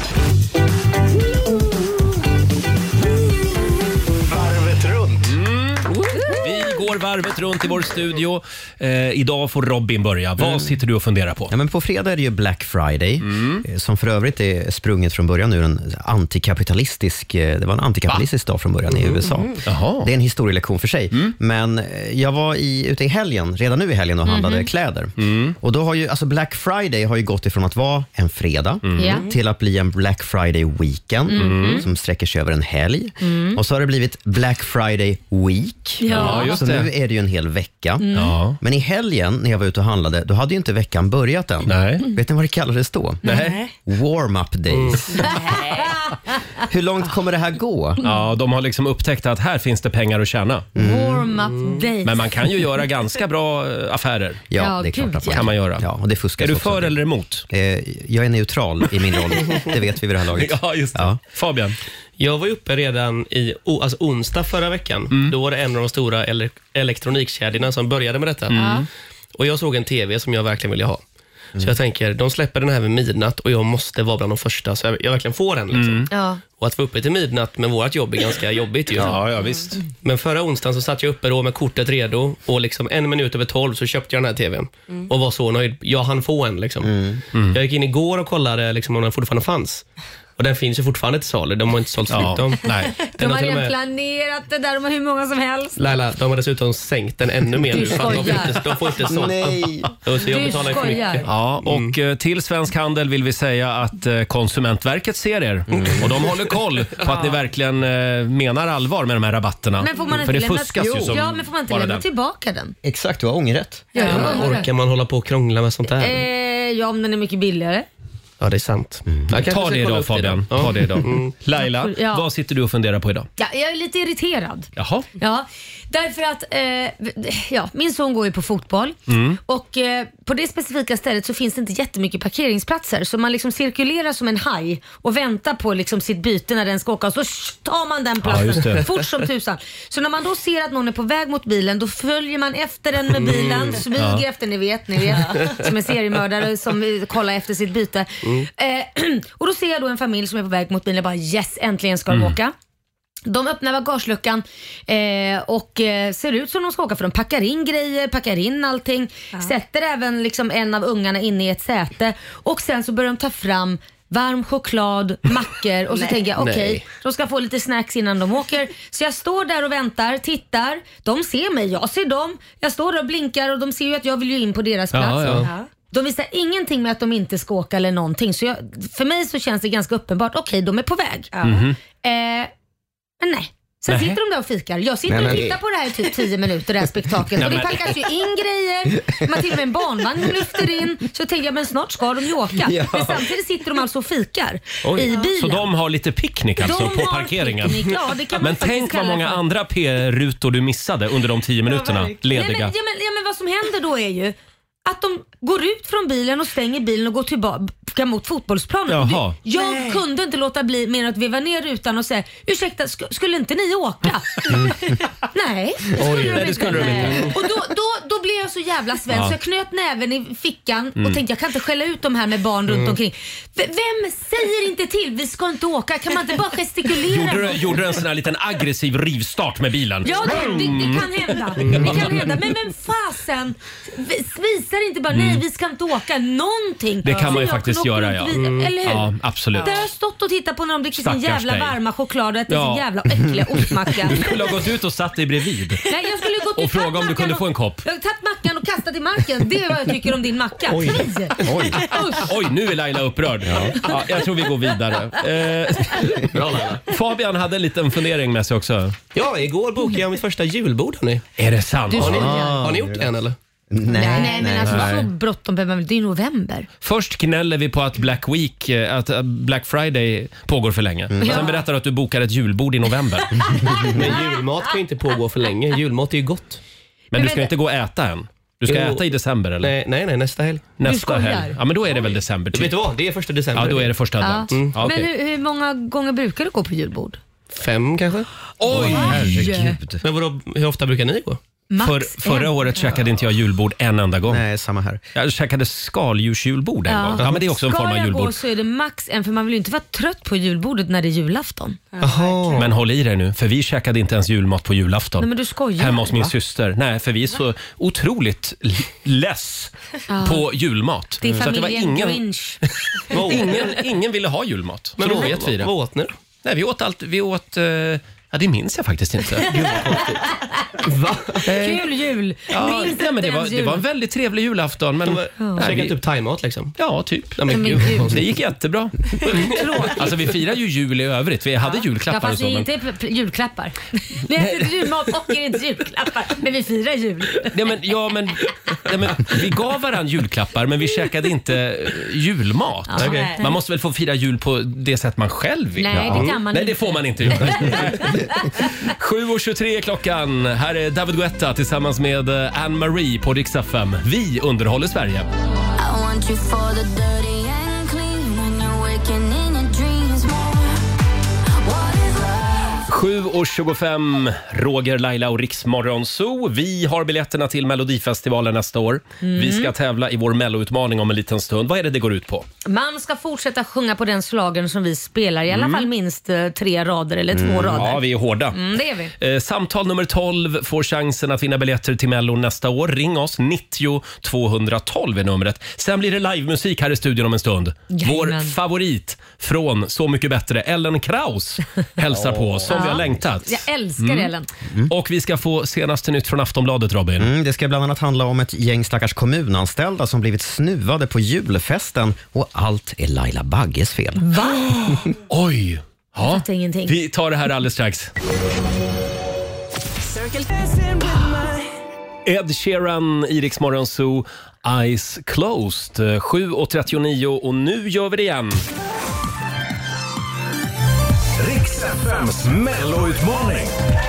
Varvet runt. Vi går varvet runt i vår studio. Idag får Robin börja. Vad sitter du och funderar på? Ja, men på fredag är det ju Black Friday, som för övrigt är sprunget från början ur en antikapitalistisk... Det var en antikapitalistisk dag från början i USA. Det är en historielektion för sig. Men jag var ute i helgen, redan nu i helgen, och handlade kläder. Och då har ju, alltså Black Friday har ju gått ifrån att vara en fredag till att bli en Black Friday weekend som sträcker sig över en helg. Och så har det blivit Black Friday week. Så nu är det ju en hel vecka. Men i helgen när jag var ute och handlade, då hade ju inte veckan börjat än. Vet ni vad det kallades då? Warm-up days. Hur långt kommer det här gå? Ja, de har liksom upptäckt att här finns det pengar att tjäna. Warm-up days. Men man kan ju göra ganska bra affärer. Ja, det är klart att kan man göra. Ja, och det fuskas. Är du för eller emot? Jag är neutral i min roll. Det vet vi vid det här laget. Ja, just det. Fabian? Jag var uppe redan i onsdag förra veckan. Då var det en av de stora elektronikkedjorna som började med detta. Och jag såg en tv som jag verkligen ville ha. Så jag tänker, de släpper den här vid midnatt och jag måste vara bland de första så jag verkligen får den liksom. Ja. Och att få uppe till midnatt med vårt jobb är ganska jobbigt ju. Ja, visst. Men förra onsdagen så satt jag uppe då med kortet redo och liksom 1 minut över 12 så köpte jag den här tvn. Och var så nöjd. Jag hann få en liksom. Jag gick in igår och kollade liksom om den fortfarande fanns. Och den finns ju fortfarande till salu. De har inte sålt slut dem. Nej. De har redan planerat det där. De har hur många som helst. Laila, de har dessutom sänkt den ännu mer nu. De får inte sålt. Nej. Så jag betalar ju för mycket. Ja, och till Svensk Handel vill vi säga att Konsumentverket ser er. Och de håller koll på att ni verkligen menar allvar med de här rabatterna. Men får man för inte det fuskas ju som men får man inte lämna tillbaka den? Exakt, du har ångerrätt. Ja, orkar man hålla på och krångla med sånt här? Ja, om den är mycket billigare. Ja, det är sant. Ta det då, Fabian. Ta det då. Laila, Ja. vad sitter du och funderar på idag? Ja, jag är lite irriterad. Jaha. Ja, därför att min son går ju på fotboll och på det specifika stället så finns det inte jättemycket parkeringsplatser så man liksom cirkulerar som en haj och väntar på liksom sitt byte när den ska åka och så tar man den platsen fort som tusan. Så när man då ser att någon är på väg mot bilen då följer man efter den med bilen, smyger efter, ni vet som en seriemördare som kollar efter sitt byte. Och då ser jag då en familj som är på väg mot bilen och bara yes, äntligen ska de åka. De öppnar bagageluckan och ser ut som de ska åka för de packar in grejer, packar in allting, sätter även liksom en av ungarna inne i ett säte och sen så börjar de ta fram varm choklad, mackor och så tänker jag okej, de ska få lite snacks innan de åker. Så jag står där och väntar, tittar, de ser mig, jag ser dem, jag står där och blinkar och de ser ju att jag vill ju in på deras plats. Ja. De visar ingenting med att de inte ska åka eller någonting. Så för mig så känns det ganska uppenbart. Okej, de är på väg. Men nej. Sen sitter de där och fikar. Jag sitter och tittar på det här i typ 10 minuter, det här spektaklet. Och det packas ju in grejer. Man till och med en barnvagn lyfter in. Så tänkte jag, men snart ska de ju åka. Men samtidigt sitter de alltså och fikar i bilen. Så de har lite picknick alltså på parkeringen. Picknick. Ja, det kan men tänk vad många andra P-rutor du missade under de 10 minuterna. Lediga. Men vad som händer då är ju att de går ut från bilen och stänger bilen och går tillbaka mot fotbollsplanen. Jag kunde inte låta bli mer än att veva ner rutan och säga ursäkta, skulle inte ni åka? Nej, det skulle de inte. Och då blev jag så jävla svensk så jag knöt näven i fickan och tänkte jag kan inte skälla ut de här med barn runt omkring. Vem säger inte till? Vi ska inte åka. Kan man inte bara gestikulera? Gjorde du en sån här liten aggressiv rivstart med bilen? Ja, det kan hända. Det kan hända. Men vem fasen visar inte bara nej, vi ska inte åka någonting. Det kan man ju faktiskt göra, ja. Eller hur? Ja, absolut. Där har jag stått och tittat på när de dricker sin jävla varma choklad och äter sin jävla äckliga ostmacka. Du skulle ha gått ut och satt dig bredvid. Nej, jag skulle gått och fråga om du kunde få en kopp. Jag har tagit mackan och kastat i marken. Det är vad jag tycker om din macka. Oj, nu är Laila upprörd. Ja, jag tror vi går vidare. Fabian hade en liten fundering med sig också. Ja, igår bokade jag mitt första julbord. Hörni. Är det sant? Har ni gjort det än eller? Nej, men alltså så bråttom behöver man, det är november. Först gnäller vi på att Black Friday pågår för länge. Sen berättar du att du bokar ett julbord i november. Men julmat kan ju inte pågå för länge. Julmat är ju gott. Men du ska inte gå och äta än? Du ska äta i december eller? Nej, nästa helg. Nästa helg. Ja, men då är det väl december. Vet du vad? Det är första december. Ja, då är det första advent. Men hur många gånger brukar du gå på julbord? 5 kanske. Oj, herregud. Men vadå, hur ofta brukar ni gå? Förra året käkade inte jag julbord en enda gång. Nej, samma här. Jag käkade skaldjursjulbord en gång. Ja, men det är också en form av julbord. Gå så är det max en, för man vill ju inte vara trött på julbordet när det är julafton. Aha. Men håll i dig nu, för vi käkade inte ens julmat på julafton. Nej, men du skojar. Hemma hos min syster. Nej, för vi är så otroligt less på julmat. Det är så att det var Grinch. ingen ville ha julmat. Men vad åt ni då? Nej, vi åt allt. Vi åt... Ja, det minns jag faktiskt inte. Gud vad konstigt. Va? Kul jul. Ja, men det var en väldigt trevlig julafton. Men käkade typ thaimat liksom? Ja, typ. Ja, men Gud. Det gick jättebra. Alltså vi firar ju jul i övrigt. Vi hade julklappar och så. Ja, fast det är inte julklappar. Vi äter julmat och är inte julklappar. Men vi firar jul. Men vi gav varandra julklappar, men vi käkade inte julmat. Okay. Man måste väl få fira jul på det sätt man själv vill. Nej, det kan man inte. Nej, det får man inte göra. 7:23 klockan. Här är David Guetta tillsammans med Anne-Marie på Rix FM. Vi underhåller Sverige. 7 7:25, Roger, Laila och Riksmorgon Zoo. Vi har biljetterna till Melodifestivalen nästa år. Vi ska tävla i vår Melloutmaning om en liten stund. Vad är det går ut på? Man ska fortsätta sjunga på den slagen som vi spelar. I alla fall minst 3 rader eller 2 rader. Ja, vi är hårda. Det är vi. Samtal nummer 12 får chansen att vinna biljetter till Mello nästa år. Ring oss, 90 212 är numret. Sen blir det livemusik här i studion om en stund. Vår favorit från Så mycket bättre, Ellen Kraus, hälsar på oss som vi har längtat. Jag älskar Ellen. Och vi ska få senaste nytt från Aftonbladet, Robin. Det ska bland annat handla om ett gäng stackars kommunanställda som blivit snuvade på julfesten och allt är Laila Bagges fel. Va? Oj! Ja. Ingenting. Vi tar det här alldeles strax. Ed Sheeran, Iriks Morgon Zoo, Eyes Closed. 7:39 och nu gör vi det igen. Riks FMs Melloutmaning.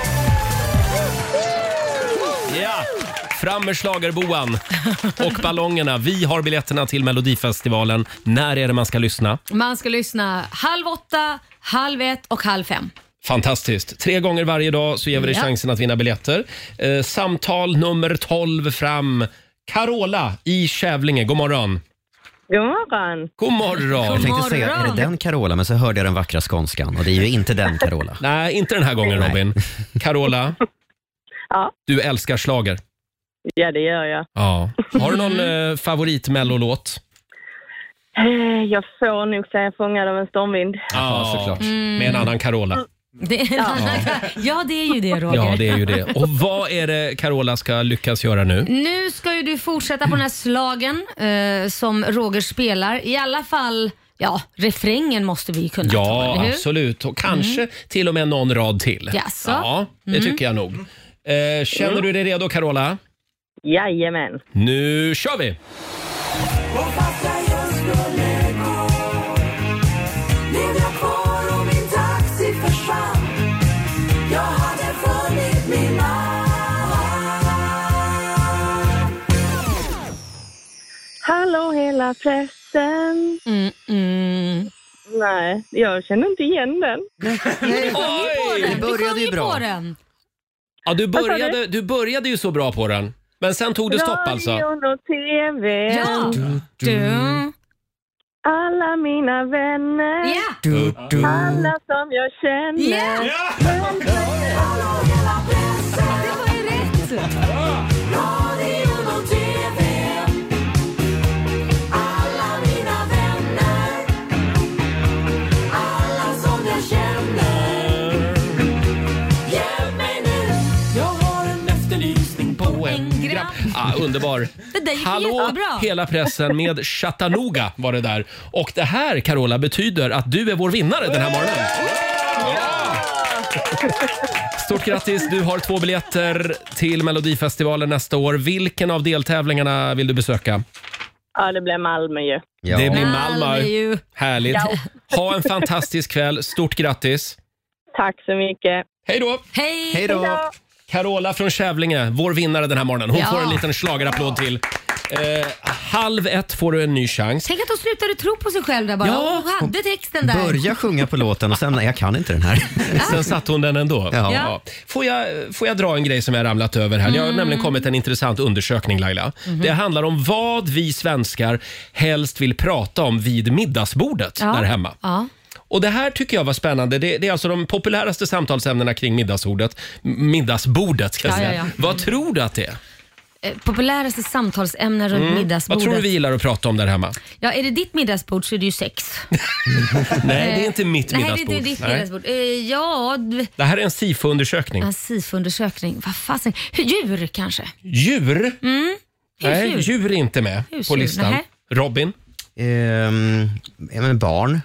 Ja, fram med schlagerboan och ballongerna. Vi har biljetterna till Melodifestivalen. När är det man ska lyssna? Man ska lyssna 7:30, 7:30 och 7:30. Fantastiskt. 3 gånger varje dag så ger vi dig chansen att vinna biljetter. Samtal nummer 12 fram. Carola i Kävlinge. God morgon. God morgon. God morgon. Jag tänkte säga, är det den Carola? Men så hörde jag den vackra skånskan och det är ju inte den Carola. Nej, inte den här gången, Robin. Carola, du älskar schlager. Ja, det gör jag. Ja. Har du någon favoritmellolåt? Jag får nog säga Fångad av en stormvind. Ja, såklart. Med en annan Carola. Ja, det är ju det, Roger. Ja, det är ju det. Och vad är det Carola ska lyckas göra nu? Nu ska ju du fortsätta på den här slagen som Roger spelar. I alla fall, refrängen måste vi kunna ta, Ja, absolut. Och kanske till och med någon rad till. Jaså? Ja, det tycker jag nog. Känner du dig redo, Carola? Jajamän. Nu kör vi! Hallå hela pressen. Nej, jag känner inte igen den. Det började ju bra. Ja, du började ju så bra på den. Men sen tog det stopp alltså. Radion och TV. Ja. Alla mina vänner. Ja. Alla som jag känner. Ja. Det var ju rätt. Radion och TV. Alla mina vänner. Alla som jag känner. Hjälp mig nu. Jag har en efterlysning på en grabb. Underbar. Det där gick Hallå jättebra. hela pressen med Chattanooga var det där. Och det här, Carola, betyder att du är vår vinnare den här morgonen. Stort grattis, du har 2 biljetter till Melodifestivalen nästa år. Vilken av deltävlingarna vill du besöka? Ja, det blir Malmö ju. Ja. Det blir Malmö. Malmö. Härligt. Ja. Ha en fantastisk kväll. Stort grattis. Tack så mycket. Hej då. Hej då. Carola från Kävlinge, vår vinnare den här morgonen. Hon får en liten schlagerapplåd till. 12:30 får du en ny chans. Tänk att hon slutade tro på sig själv där bara. Ja. Hon hade texten där. Börja sjunga på låten och sen, nej, jag kan inte den här. Sen satt hon den ändå. Ja. Får jag dra en grej som jag ramlat över här? Jag har nämligen kommit en intressant undersökning, Laila. Det handlar om vad vi svenskar helst vill prata om vid middagsbordet där hemma. Ja. Och det här tycker jag var spännande. Det är alltså de populäraste samtalsämnena kring middagsbordet ska jag säga. Ja. Vad tror du att det är? Populäraste samtalsämnen runt middagsbordet. Vad tror du vi gillar att prata om där hemma? Ja, är det ditt middagsbord så är det ju sex. Nej, det är inte mitt middagsbord. Nej, det är inte ditt middagsbord. Det här är en SIFO-undersökning. En SIFO-undersökning. Vad fasen? Djur kanske? Djur? Nej, djur är inte med på listan. Nej. Robin? Barn.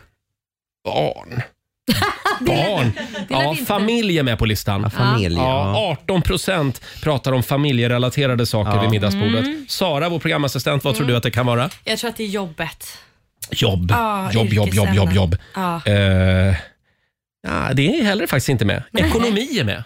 Barn. Ja, familj är med på listan. Ja, familj, ja. 18% pratar om familjerelaterade saker vid middagsbordet. Sara, vår programassistent, vad tror du att det kan vara? Jag tror att det är jobbet. Jobb. Ja. Det är heller faktiskt inte med. Ekonomi är med.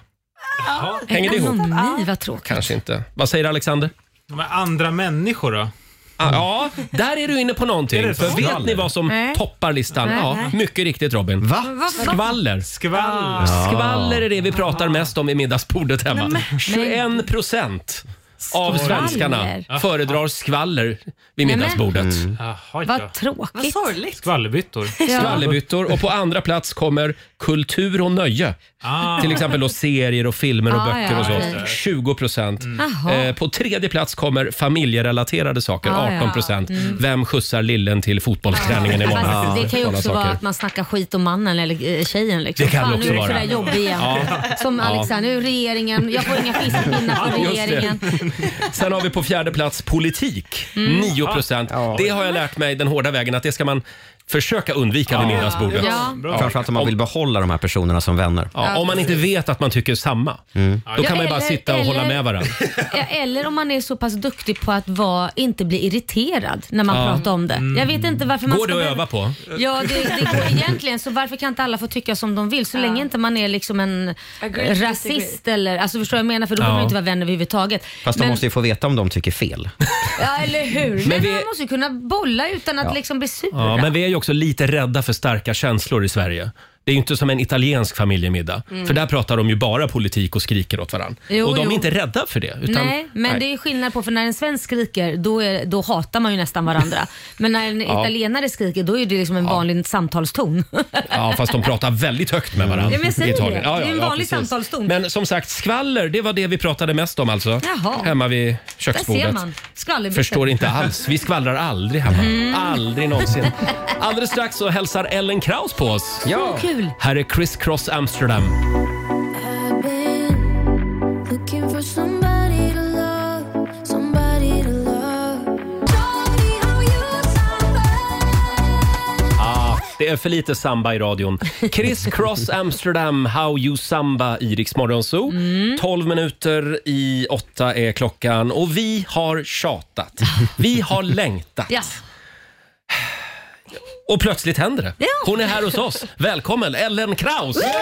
Hänger det ihop? Ekonomi, vad tråkigt. Kanske inte. Vad säger Alexander? De andra människor då? Ja, där är du inne på någonting. För vet ni vad som toppar listan? Ja, mycket riktigt, Robin. Va? Skvaller. Skvaller är det vi pratar mest om i middagsbordet hemma. 21% av svenskarna föredrar skvaller vid middagsbordet. Vad tråkigt. Vad sorgligt. Skvallerbyttor. Och på andra plats kommer kultur och nöje. Till exempel då serier och filmer och böcker och så. 20%. På tredje plats kommer familjerelaterade saker. 18%. Vem skjutsar lillen till fotbollsträningen imorgon? Det kan ju också vara att man snackar skit om mannen eller tjejen. Liksom. Det kan det också vara. Nu är det sådär jobb igen. Som Alexander, nu regeringen. Jag får inga fiskpinnar från regeringen. Sen har vi på fjärde plats politik. 9%. Det har jag lärt mig den hårda vägen att det ska man försöka undvika vid middagsbordet. Framförallt om man vill behålla de här personerna som vänner. Om man inte vet att man tycker samma. Då kan man ju bara sitta och hålla med varandra. Eller om man är så pass duktig på att inte bli irriterad när man pratar om det. Jag vet inte varför man går det att öva på? Ja, det går egentligen. Så varför kan inte alla få tycka som de vill? Så länge inte man är liksom en rasist eller... Alltså förstår jag menar? För då kommer man inte vara vänner överhuvudtaget. Fast de måste ju få veta om de tycker fel. Ja, eller hur? Men man måste ju kunna bolla utan att liksom bli sur. Ja, men vi är ju också lite rädda för starka känslor i Sverige. Det är ju inte som en italiensk familjemiddag. För där pratar de ju bara politik och skriker åt varandra. Och de är inte rädda för det. Nej, men det är skillnad på, för när en svensk skriker då hatar man ju nästan varandra. Men när en italienare skriker, då är det liksom en vanlig samtalston. Ja, fast de pratar väldigt högt med varandra. Ja, men det är en vanlig samtalston. Men som sagt, skvaller, det var det vi pratade mest om alltså. Hemma vid köksbordet. Där ser man. Förstår inte alls. Vi skvallrar aldrig hemma. Aldrig någonsin. Alldeles strax så hälsar Ellen Kraus på oss. Ja. Kul. Här är Criss Cross Amsterdam. Det är för lite samba i radion. Criss Cross Amsterdam, How You Samba i Rix Morgon Zoo. 12 minuter i 8 är klockan och vi har tjatat. Vi har längtat. Och plötsligt händer det. Hon är här hos oss. Välkommen, Ellen Kraus! Så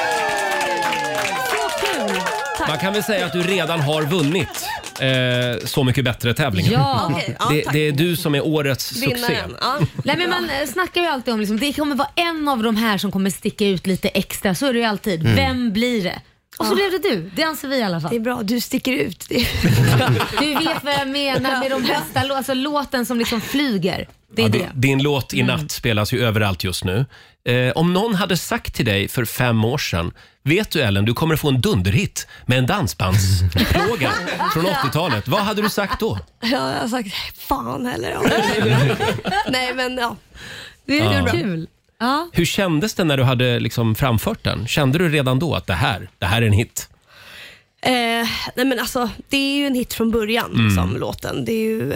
kul! Man kan väl säga att du redan har vunnit Så mycket bättre tävlingen. Ja. Det är du som är årets succé. Nej, men man snackar ju alltid om liksom, det kommer vara en av de här som kommer sticka ut lite extra. Så är det ju alltid. Vem blir det? Och så blev det du. Det anser vi i alla fall. Det är bra, du sticker ut. Du vet vad jag menar med de bästa alltså låten som liksom flyger. Det är det. Din låt I natt spelas ju överallt just nu. Om någon hade sagt till dig för 5 år sedan: vet du Ellen, du kommer att få en dunderhit med en dansbandsplåga från 80-talet. Vad hade du sagt då? Jag har sagt fan heller. Nej men ja. Det är bra. Kul. Ja. Hur kändes det när du hade liksom framfört den? Kände du redan då att det här är en hit? Nej men alltså, det är ju en hit från början som låten. Det är ju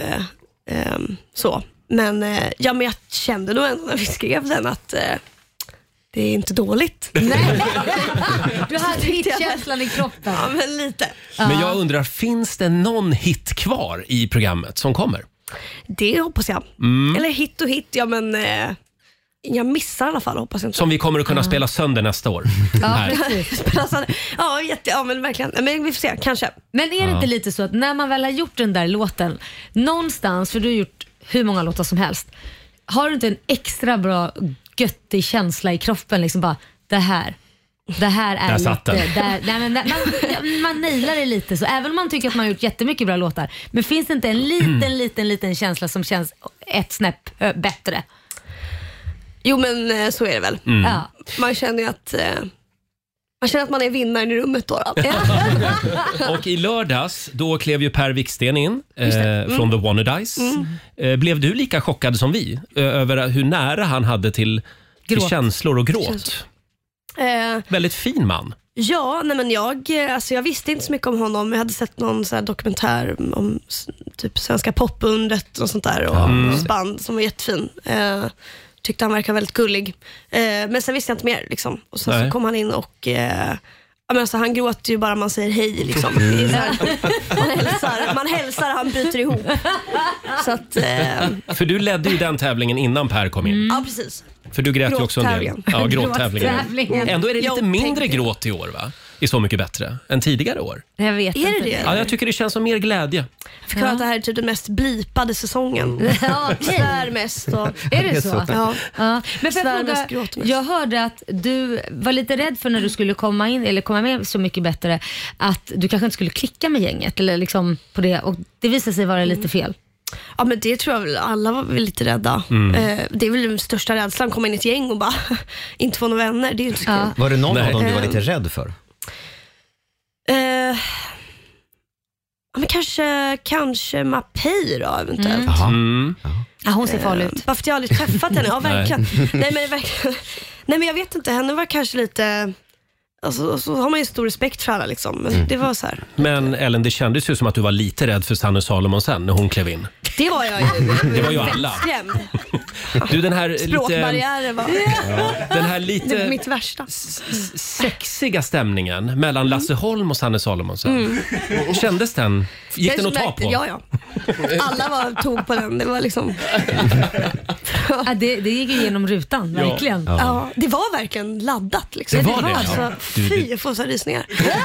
så. Men ja, men jag kände nog ändå när vi skrev den att det är inte dåligt. Nej. Du hade hitkänslan i kroppen. Ja, men lite. Men jag undrar, finns det någon hit kvar i programmet som kommer? Det hoppas jag. Eller hit och hit, ja men... jag missar i alla fall, hoppas jag inte. Som vi kommer att kunna spela sönder nästa år. Ja, precis. Ja, men verkligen. Men vi får se, kanske. Men är det inte lite så att när man väl har gjort den där låten någonstans, för du har gjort hur många låtar som helst, har du inte en extra bra göttig känsla i kroppen liksom bara, det här är där satt lite man nailar det lite så, även om man tycker att man har gjort jättemycket bra låtar, men finns det inte en liten känsla som känns ett snäpp bättre? Jo men så är det väl. Ja. Man känner ju att man är vinnaren i rummet då. Och i lördags då klev ju Per Wiksten in från The Wannadies. Blev du lika chockad som vi över hur nära han hade till känslor och gråt? Väldigt fin man. Ja, nej men jag visste inte så mycket om honom. Jag hade sett någon så här dokumentär om typ svenska popundret och sånt där, och hans band som var jättefin. Tyckte han verkar väldigt gullig. Men sen visste jag inte mer liksom. Och så kom han in och men alltså, han gråter ju bara man säger hej liksom. Det är så här, man hälsar, han bryter ihop. Så att, För du ledde ju den tävlingen innan Per kom in. Ja, precis. För du grät ju också en del. Ja, gråttävlingen. Ändå är det lite mindre gråt i år, va? I Så mycket bättre än tidigare år. Jag vet inte. Det? Ja, jag tycker det känns som mer glädje. Jag tycker att det här är typ den mest blipade säsongen. Ja, svär mest. Och... Är det så? Ja. Men jag hörde att du var lite rädd för när du skulle komma in eller komma med Så mycket bättre, att du kanske inte skulle klicka med gänget eller liksom på det, och det visade sig vara lite fel. Ja, men det tror jag väl, alla var väl lite rädda. Det är väl den största rädslan, komma in i ett gäng och bara inte få några vänner. Det är ju inte så kul. Var det någon av dem du var lite rädd för? Ja, men kanske Mapei då, eventuellt. Ja, hon ser farlig ut. Varför jag aldrig träffat henne? Ja, verkligen. Nej, men jag vet inte, henne var kanske lite... Alltså, så har man ju stor respekt för alla liksom. Men det var så här. Men Ellen, det kändes ju som att du var lite rädd för Sanne Salomonsen när hon klev in. Det var jag ju. Det var ju alla. Du, den här språkbarriärer var den här lite mitt värsta. Sexiga stämningen mellan Lasse Holm och Sanne Salomonsen. Kändes den? Gick den att ta på? Ja. Alla tog på den. Det var liksom... Det gick igenom rutan, verkligen. Ja, det var verkligen laddat liksom. Det var det. Alltså, fy, jag får så rysningar.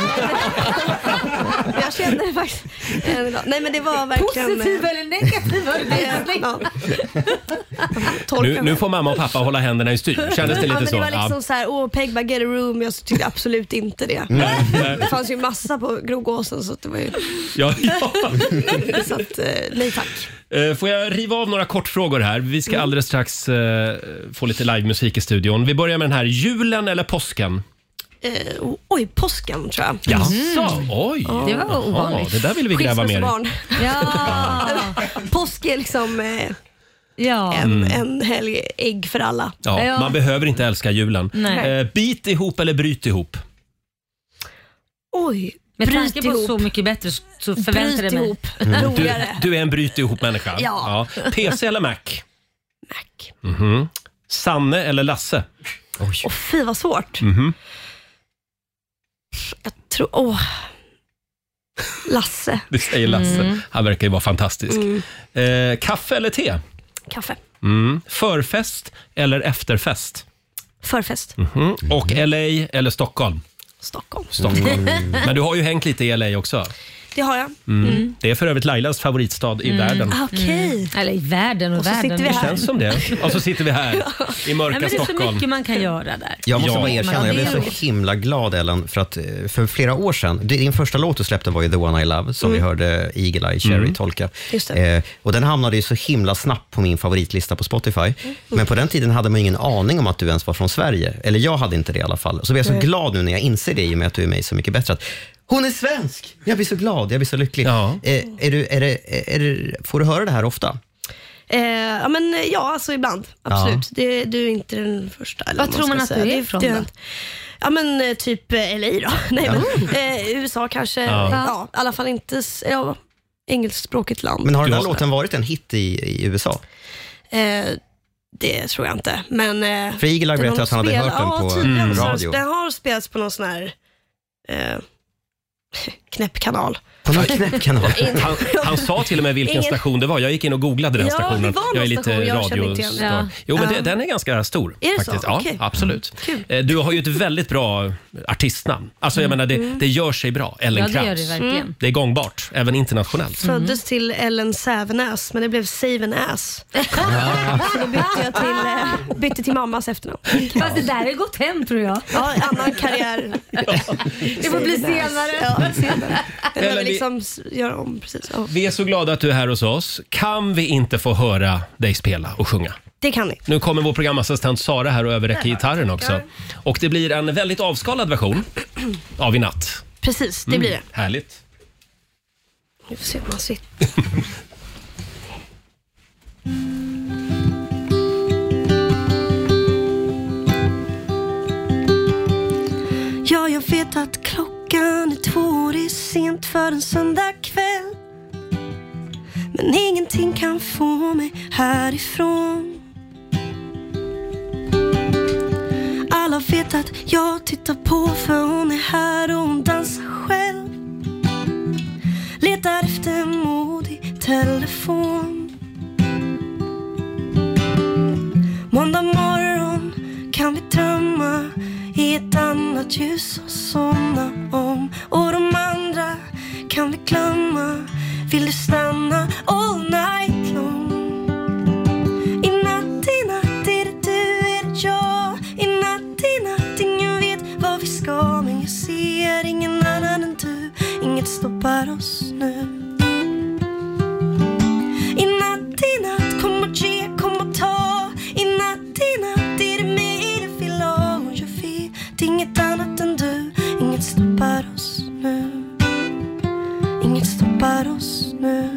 Jag kände det faktiskt. Nej, men det var verkligen... Positiva eller negativa? Nu får mamma och pappa hålla händerna i styr. Kändes det lite men så? Det var liksom så här, Peg bara get a room. Jag tyckte absolut inte det. Det fanns ju massa på Grogåsen, så det var ju... Ja. Så att, nej tack. Får jag riva av några kortfrågor här? Vi ska alldeles strax få lite livemusik i studion. Vi börjar med den här, julen eller påsken? Påsken tror jag. Jaså, oj. Det var ovanligt. Det där vill vi gräva mer i. Ja. Påsk är liksom en helg ägg för alla. Ja, man behöver inte älska julen. Bit ihop eller bryt ihop? Oj. Med tanke på Så mycket bättre så förväntar jag mig. Du är en bryt ihop människa. Ja. PC eller Mac? Mac. Sanne eller Lasse? Fy vad svårt. Jag tror... Lasse. Du säger Lasse. Han verkar ju vara fantastisk. Kaffe eller te? Kaffe. Förfest eller efterfest? Förfest. Och LA eller Stockholm? Stockholm. Men du har ju hängt lite i LA också. Det har jag. Det är för övrigt Lailas favoritstad i världen. Okej. Eller i världen och världen. Sitter vi här. Det känns som det. Och så sitter vi här i mörka men det är Stockholm. så mycket man kan göra där. Jag måste bara erkänna, jag blev så himla glad, Ellen, för att för flera år sedan, din första låt du släppte var ju The One I Love, som vi hörde Eagle Eye Cherry tolka. Just det. Och den hamnade ju så himla snabbt på min favoritlista på Spotify. Men på den tiden hade man ingen aning om att du ens var från Sverige. Eller jag hade inte det i alla fall. Så jag är så glad nu när jag inser det, i och med att du är mig Så mycket bättre. Att hon är svensk! Jag blir så glad, jag blir så lycklig. Ja. Får du höra det här ofta? Alltså ibland, absolut. Du är inte den första. Eller vad tror man att du är ifrån då? Ja, men typ LA då. Nej, men, USA kanske. Ja, i alla fall inte engelskspråkigt land. Men har den här låten varit en hit i USA? Det tror jag inte. Men, för Eagle Eye berättade att han hade hört den på radio. Den har spelats på någon sån här... knäppkanal. På någon knäppkanal. Han sa till och med vilken station det var. Jag gick in och googlade den stationen. Jag är lite radiostörd. Jo, men den är ganska stor. Är det faktiskt. Så? Ja, Okay. absolut. Du har ju ett väldigt bra artistnamn. Alltså jag menar, det gör sig bra. Ellen Krantz. Det gör det verkligen. Det är gångbart, även internationellt. Föddes till Ellen Sävenäs, men det blev Savenäs. Så då bytte till mammas efternamn. Fast det där är gått hem, tror jag. Ja, annan karriär. Det får bli senare. Ja, senare. Den vi liksom göra om, precis. Ja. Vi är så glada att du är här hos oss. Kan vi inte få höra dig spela och sjunga? Det kan ni. Nu kommer vår programassistent Sara här och överräcker gitarren också. Och det blir en väldigt avskalad version av I natt. Precis, det blir det. Härligt. Nu får se om man sitter. Ja, jag vet att klockan är 2, det är sent för en söndag kväll. Men ingenting kan få mig härifrån. Alla bara vet att jag tittar på, för hon är här och hon dansar själv. Letar efter en modig telefon. Måndag morgon kan vi drömma i ett annat ljus och somna om. Och de andra kan vi glömma. Vill du stanna all night long? I natt är det du, är det jag. I natt, ingen vet vad vi ska. Men jag ser ingen annan än du. Inget stoppar oss nu. I natt, kom och ge, kom och ta. I natt är det mig du vill ha. Och jag vet inget annat än du. Inget stoppar oss nu. Inget stoppar oss nu.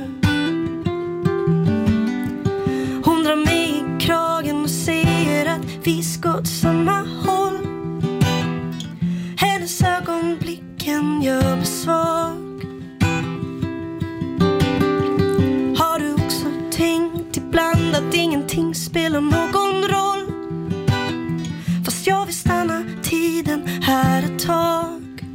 Hon drar mig i kragen och säger att vi ska åt samma håll. Hennes ögonblicken gör mig svag. Har du också tänkt ibland att ingenting spelar någon roll? Fast jag vill stanna tiden här ett tag.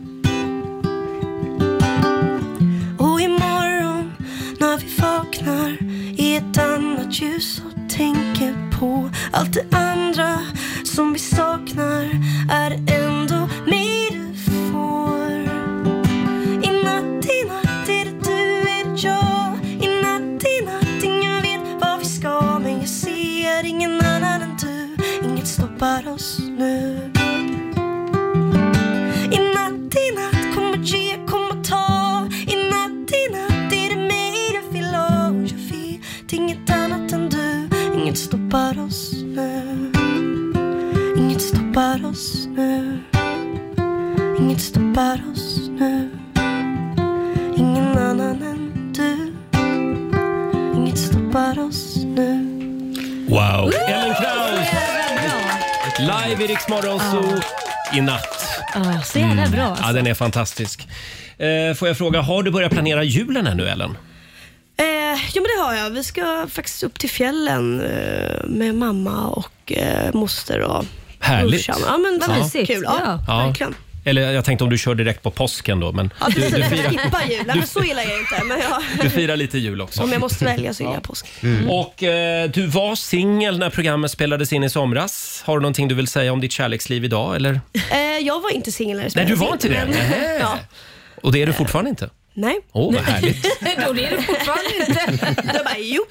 Och imorgon när vi vaknar i ett annat ljus och tänker på allt det andra som vi saknar, är ändå mig du får. I natt är det du, är det jag. I natt, ingen vet vad vi ska. Men jag ser ingen annan än du. Inget stoppar oss nu. I natt, kom och ge, kom och ta. I natt är det mig du vill ha. Och jag vet inget annat än du. Inget stoppar oss nu. Inget stoppar oss nu. Inget stoppar oss nu. Ingen annan än du. Inget stoppar oss nu. Wow! Ellen Kraus! Live i Rix Morgon Zoo i natt. Så jävla bra. Alltså. Ja, den är fantastisk. Får jag fråga, har du börjat planera julen ännu, Ellen? Ja, men det har jag. Vi ska faktiskt upp till fjällen med mamma och moster och Härligt. brorsan. Ja, men det var kul. Ja, verkligen. Eller jag tänkte om du kör direkt på påsken då. Men ja, du skippar jul. Men så gillar jag inte. Men du firar lite jul också. Om jag måste välja så gillar jag påsk. Och du var singel när programmet spelades in i somras. Har du någonting du vill säga om ditt kärleksliv idag? Eller? Jag var inte singel när det Nej, spelades du var inte det? Ja. Och det är du fortfarande inte? Nej. Vad härligt. Då är det fortfarande inte. Jag bara, jo.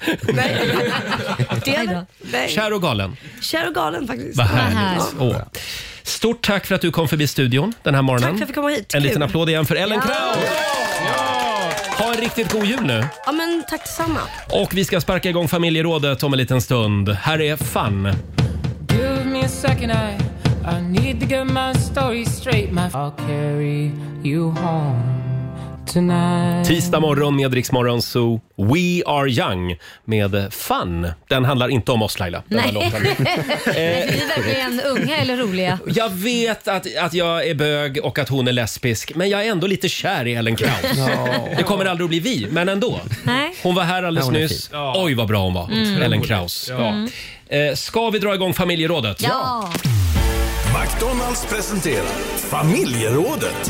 Nej. Kär och galen. Kär och galen faktiskt. Vad härligt. Ja. Stort tack för att du kom förbi studion den här morgonen. Tack för att jag fick komma hit. En liten applåd igen för Ellen Kraus. Ha en riktigt god jul nu. Ja, men tack detsamma. Och vi ska sparka igång familjerådet om en liten stund. Här är Fun. Give me a second, I need to get my story straight. I'll carry you home. Tisdag morgon med Rix Morgon Zoo. We are young med Fun. Den handlar inte om oss, Laila. Den Nej. Är vi verkligen unga eller roliga? Jag vet att jag är bög och att hon är lesbisk, men jag är ändå lite kär i Ellen Kraus. Det kommer aldrig att bli vi, men ändå. Nej. Hon var här alldeles nyss. Oj, vad bra hon var. Ellen Kraus. Ska vi dra igång familjerådet? Ja. McDonalds presenterar familjerådet.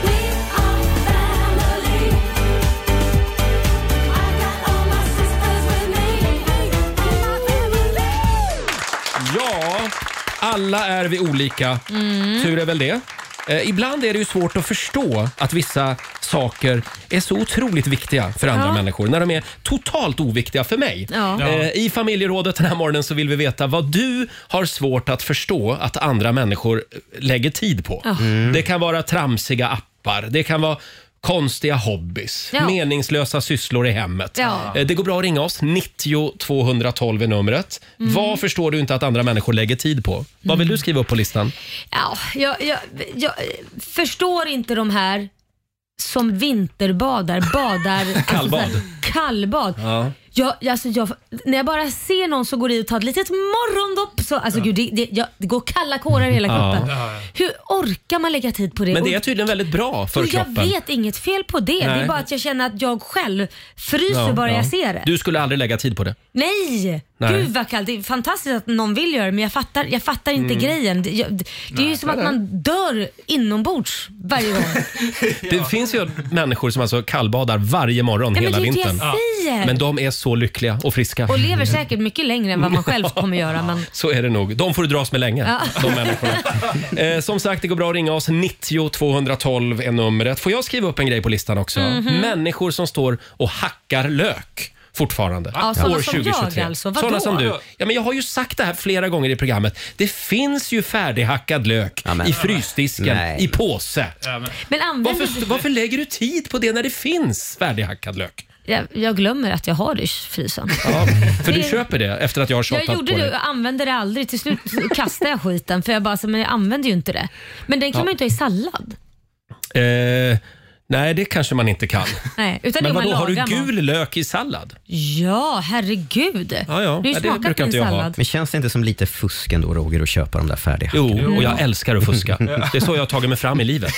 Ja, alla är vi olika. Tur är väl det. Ibland är det ju svårt att förstå att vissa saker är så otroligt viktiga för andra människor när de är totalt oviktiga för mig. I familjerådet den här morgonen så vill vi veta vad du har svårt att förstå att andra människor lägger tid på. Det kan vara tramsiga appar, det kan vara konstiga hobbys, meningslösa sysslor i hemmet. Det går bra att ringa oss, 90 212 är numret. Vad förstår du inte att andra människor lägger tid på? Vad vill du skriva upp på listan? Ja, jag förstår inte de här som vinterbadar, badar kallbad. Kallbad. När jag bara ser någon som går i och tar ett litet morgondopp så, alltså gud, det går kalla kårar i hela kroppen. Hur orkar man lägga tid på det? Men det är tydligen väldigt bra för kroppen. Jag vet inget fel på det. Nej. Det är bara att jag känner att jag själv fryser bara jag ser det. Du skulle aldrig lägga tid på det? Nej. Gud vad kallt. Det är fantastiskt att någon vill göra det, men jag fattar inte grejen. Det är ju som att man dör inombords varje gång. Det finns ju människor som alltså kallbadar varje morgon hela vintern. Men de är så lyckliga och friska. Och lever säkert mycket längre än vad man själv kommer göra. Men... Så är det nog. De får du dras med länge, de människorna. Som sagt, det går bra att ringa oss. 90 212 är numret. Får jag skriva upp en grej på listan också? Människor som står och hackar lök. Fortfarande. Ja, sådana som jag alltså. Sådana som du. Ja, men jag har ju sagt det här flera gånger i programmet. Det finns ju färdighackad lök i frysdisken, i påse. Men varför lägger du tid på det när det finns färdighackad lök? Jag glömmer att jag har det i frysen. Ja, för du köper det efter att jag har tjatat på det. Jag gjorde det och använde det aldrig. Till slut kastade jag skiten för jag bara, men jag använder ju inte det. Men den kan man ju inte ha i sallad. Nej, det kanske man inte kan. Nej, utan men vadå, har du gul lök i sallad? Ja, herregud. Ja. Det brukar inte jag ha. Men känns det inte som lite fusk ändå, Roger, att köpa de där färdiga? Jo, och jag älskar att fuska. Det är så jag har tagit mig fram i livet.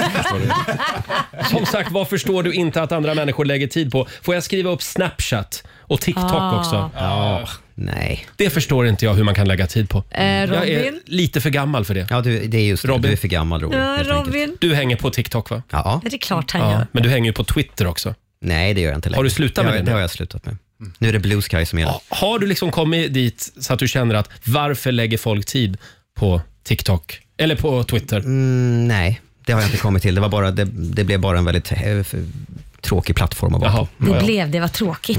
Som sagt, vad förstår du inte att andra människor lägger tid på? Får jag skriva upp Snapchat och TikTok också? Ja. Nej. Det förstår inte jag hur man kan lägga tid på. Robin? Jag är lite för gammal för det. Ja, det är just Robin. Du är för gammal, Roger. Ja, Robin. Du hänger på TikTok, va? Ja. Det är klart han gör. Men du hänger ju på Twitter också. Nej, det gör jag inte längre. Har du slutat med det? Det har jag slutat med. Nu är det Blue Sky som gäller. Har du liksom kommit dit så att du känner att varför lägger folk tid på TikTok? Eller på Twitter? Nej, det har jag inte kommit till. Det blev bara en väldigt tråkig plattform att vara på. Det var tråkigt.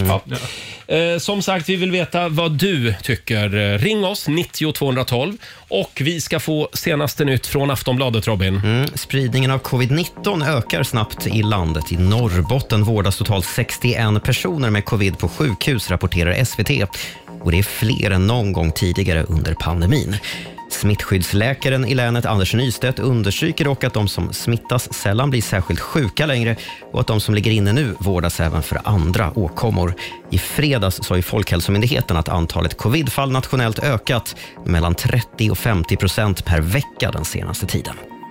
Som sagt, vi vill veta vad du tycker. Ring oss, 90 212. Och vi ska få senaste nytt från Aftonbladet, Robin. Spridningen av covid-19 ökar snabbt i landet. I Norrbotten vårdas totalt 61 personer med covid på sjukhus, rapporterar SVT. Och det är fler än någon gång tidigare under pandemin. Smittskyddsläkaren i länet Anders Nystedt understryker dock att de som smittas sällan blir särskilt sjuka längre och att de som ligger inne nu vårdas även för andra åkommor. I fredags sa ju Folkhälsomyndigheten att antalet covidfall nationellt ökat mellan 30% och 50% per vecka den senaste tiden.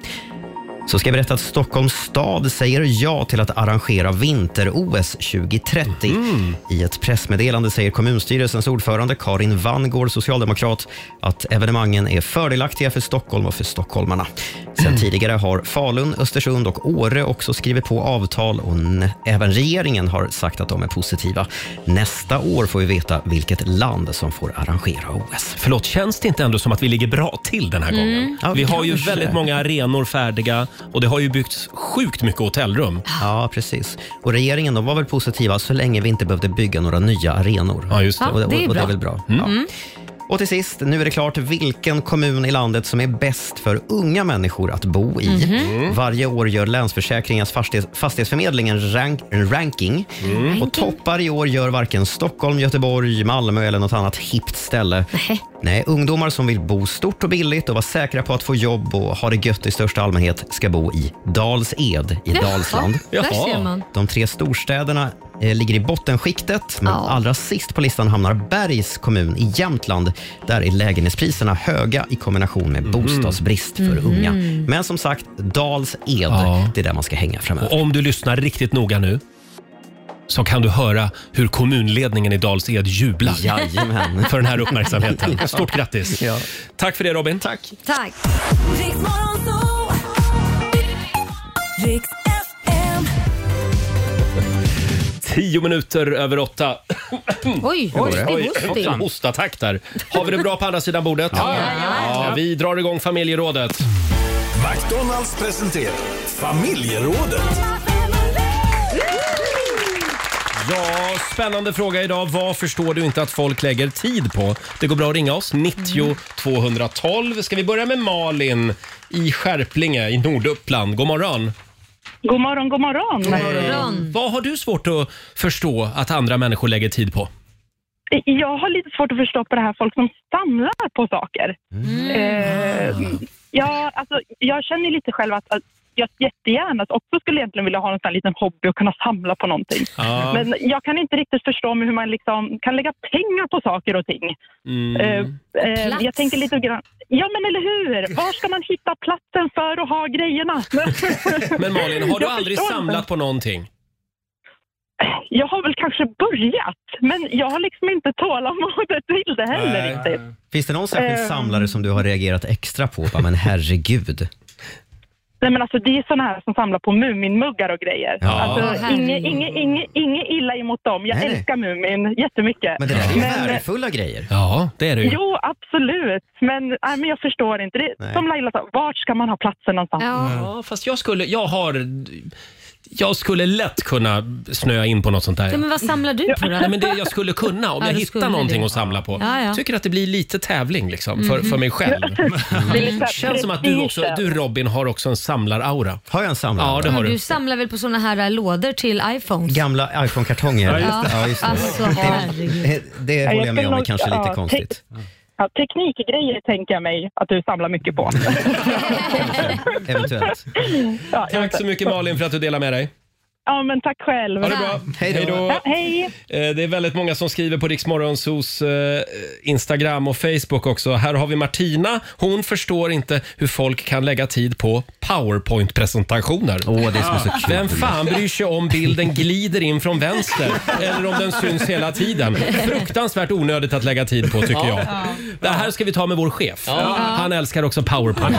Så ska jag berätta att Stockholms stad säger ja till att arrangera vinter-OS 2030. I ett pressmeddelande säger kommunstyrelsens ordförande Karin Vangård, socialdemokrat, att evenemangen är fördelaktiga för Stockholm och för stockholmarna. Sen tidigare har Falun, Östersund och Åre också skrivit på avtal och även regeringen har sagt att de är positiva. Nästa år får vi veta vilket land som får arrangera OS. Förlåt, känns det inte ändå som att vi ligger bra till den här gången? Ja, vi har ju väldigt många arenor färdiga. Och det har ju byggts sjukt mycket hotellrum. Ja, precis. Och regeringen de var väl positiva så länge vi inte behövde bygga några nya arenor. Ja, just det. Och det är väl bra. Ja. Och till sist, nu är det klart vilken kommun i landet som är bäst för unga människor att bo i. Varje år gör Länsförsäkringars fastighetsförmedling en ranking. Och toppar i år gör varken Stockholm, Göteborg, Malmö eller något annat hippt ställe. Nej, ungdomar som vill bo stort och billigt och vara säkra på att få jobb och ha det gött i största allmänhet ska bo i Dals-Ed i Dalsland. Där ser man. De 3 storstäderna ligger i bottenskiktet, men allra sist på listan hamnar Bergs kommun i Jämtland. Där är lägenhetspriserna höga i kombination med bostadsbrist för unga. Men som sagt, Dals-Ed, det är där man ska hänga framöver. Och om du lyssnar riktigt noga nu så kan du höra hur kommunledningen i Dals-Ed jublar för den här uppmärksamheten. Stort grattis. Ja. Tack för det, Robin. Tack. 10 minuter över 8. Oj, hostattack där. Har vi det bra på andra sidan bordet? Ja, vi drar igång familjerådet. McDonalds presenterar familjerådet. Ja, spännande fråga idag. Vad förstår du inte att folk lägger tid på? Det går bra att ringa oss, 90 212. Ska vi börja med Malin i Skärplinge i Norduppland. God morgon. God morgon, god morgon. Vad har du svårt att förstå att andra människor lägger tid på? Jag har lite svårt att förstå på det här folk som samlar på saker. Jag känner lite själv att jag jättegärna också skulle egentligen vilja ha en sån här liten hobby och kunna samla på någonting. Ja. Men jag kan inte riktigt förstå hur man liksom kan lägga pengar på saker och ting. Jag tänker lite grann, ja men eller hur? Var ska man hitta platsen för att ha grejerna? Men Malin, har du aldrig samlat på någonting? Jag har väl kanske börjat, men jag har liksom inte tålamodet till det heller riktigt. Finns det någon särskild samlare som du har reagerat extra på? Men herregud. Nej men alltså det är såna här som samlar på Muminmuggar och grejer. Ja. Alltså, inget illa emot dem. Jag älskar Mumin jättemycket. Men det där är ju värdefulla grejer. Ja, det är det ju. Jo, absolut. Men jag förstår inte. Det, som Laila sa, vart ska man ha platsen någonstans? Ja, fast jag skulle lätt kunna snöa in på något sånt där. Ja, men vad samlar du på då? Nej, men jag skulle kunna om jag hittar någonting att samla på. Jag tycker att det blir lite tävling liksom, för mig själv. Det känns som att du Robin har också en samlaraura. Har jag en samlaraura? Ja, det har du. Du samlar väl på såna här lådor till iPhones? Gamla iPhone-kartonger. Ja, just det. Alltså, det håller jag med om är kanske lite konstigt. Ja, teknikgrejer tänker jag mig att du samlar mycket på. Eventuellt. Tack så mycket Malin för att du delar med dig. Ja, men tack själv. Ha det bra. Hej då. Ja, hej. Det är väldigt många som skriver på Rix Morgonzos Instagram och Facebook också. Här har vi Martina. Hon förstår inte hur folk kan lägga tid på PowerPoint-presentationer. Det är så kul. Vem fan bryr sig om bilden glider in från vänster eller om den syns hela tiden? Fruktansvärt onödigt att lägga tid på, tycker jag. Det här ska vi ta med vår chef. Han älskar också PowerPoint.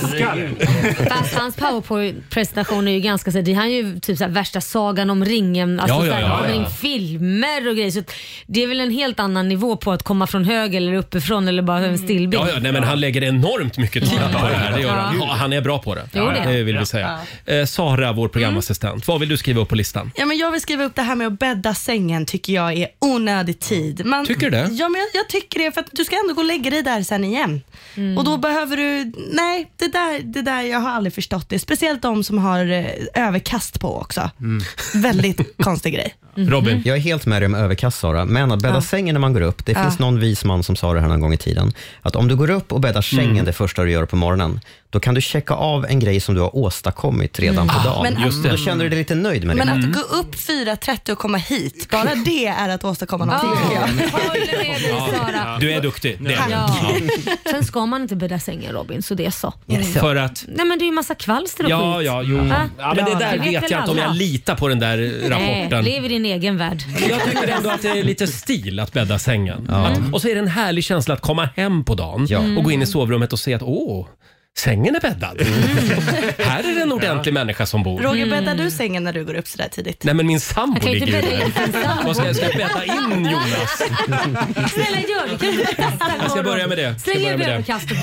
Fast hans PowerPoint-presentation är ju ganska så han är ju typ så här värsta sagan om ringen, alltså kommer in filmer och grejer, så det är väl en helt annan nivå på att komma från höger eller uppifrån eller bara en stillbild. Nej, men han lägger enormt mycket tid på det här. Det gör han. Han är bra på det. Det vill vi säga. Sara, vår programassistent, vad vill du skriva upp på listan? Ja, men jag vill skriva upp det här med att bädda sängen, tycker jag är onödig tid. Tycker du det? Ja, men jag tycker det, för att du ska ändå gå och lägga dig där sen igen. Och då behöver du, nej, det där jag har aldrig förstått det. Speciellt de som har överkast på också. Väldigt konstig grej. Robin? Jag är helt med dig om överkast, Sara. Men att bädda sängen när man går upp, det finns någon vis man som sa det här någon gång i tiden, att om du går upp och bäddar sängen det första du gör på morgonen, då kan du checka av en grej som du har åstadkommit redan på dagen. Men, just det. Då känner du dig lite nöjd med det. Men att gå upp 4:30 och komma hit, bara det är att åstadkomma någonting. Håller med dig, Sara. Du är duktig. Det är Sen ska man inte bädda sängen, Robin, så det är så. För att... Nej, men det är ju massa kvalster och skit. Ja, men det där vet jag inte om jag litar på den där rapporten. Lev i din egen värld. Jag tycker ändå att det är lite stil att bädda sängen. Och så är det en härlig känsla att komma hem på dagen och gå in i sovrummet och se att sängen är bäddad. Här är det en ordentlig människa som bor. Roger, bäddar du sängen när du går upp så där tidigt? Nej, men min sambo ligger ju där. Vad ska jag bädda in, Jonas? Snälla, gör det. Kan du testa? Jag ska börja med det. Släng över överkastet.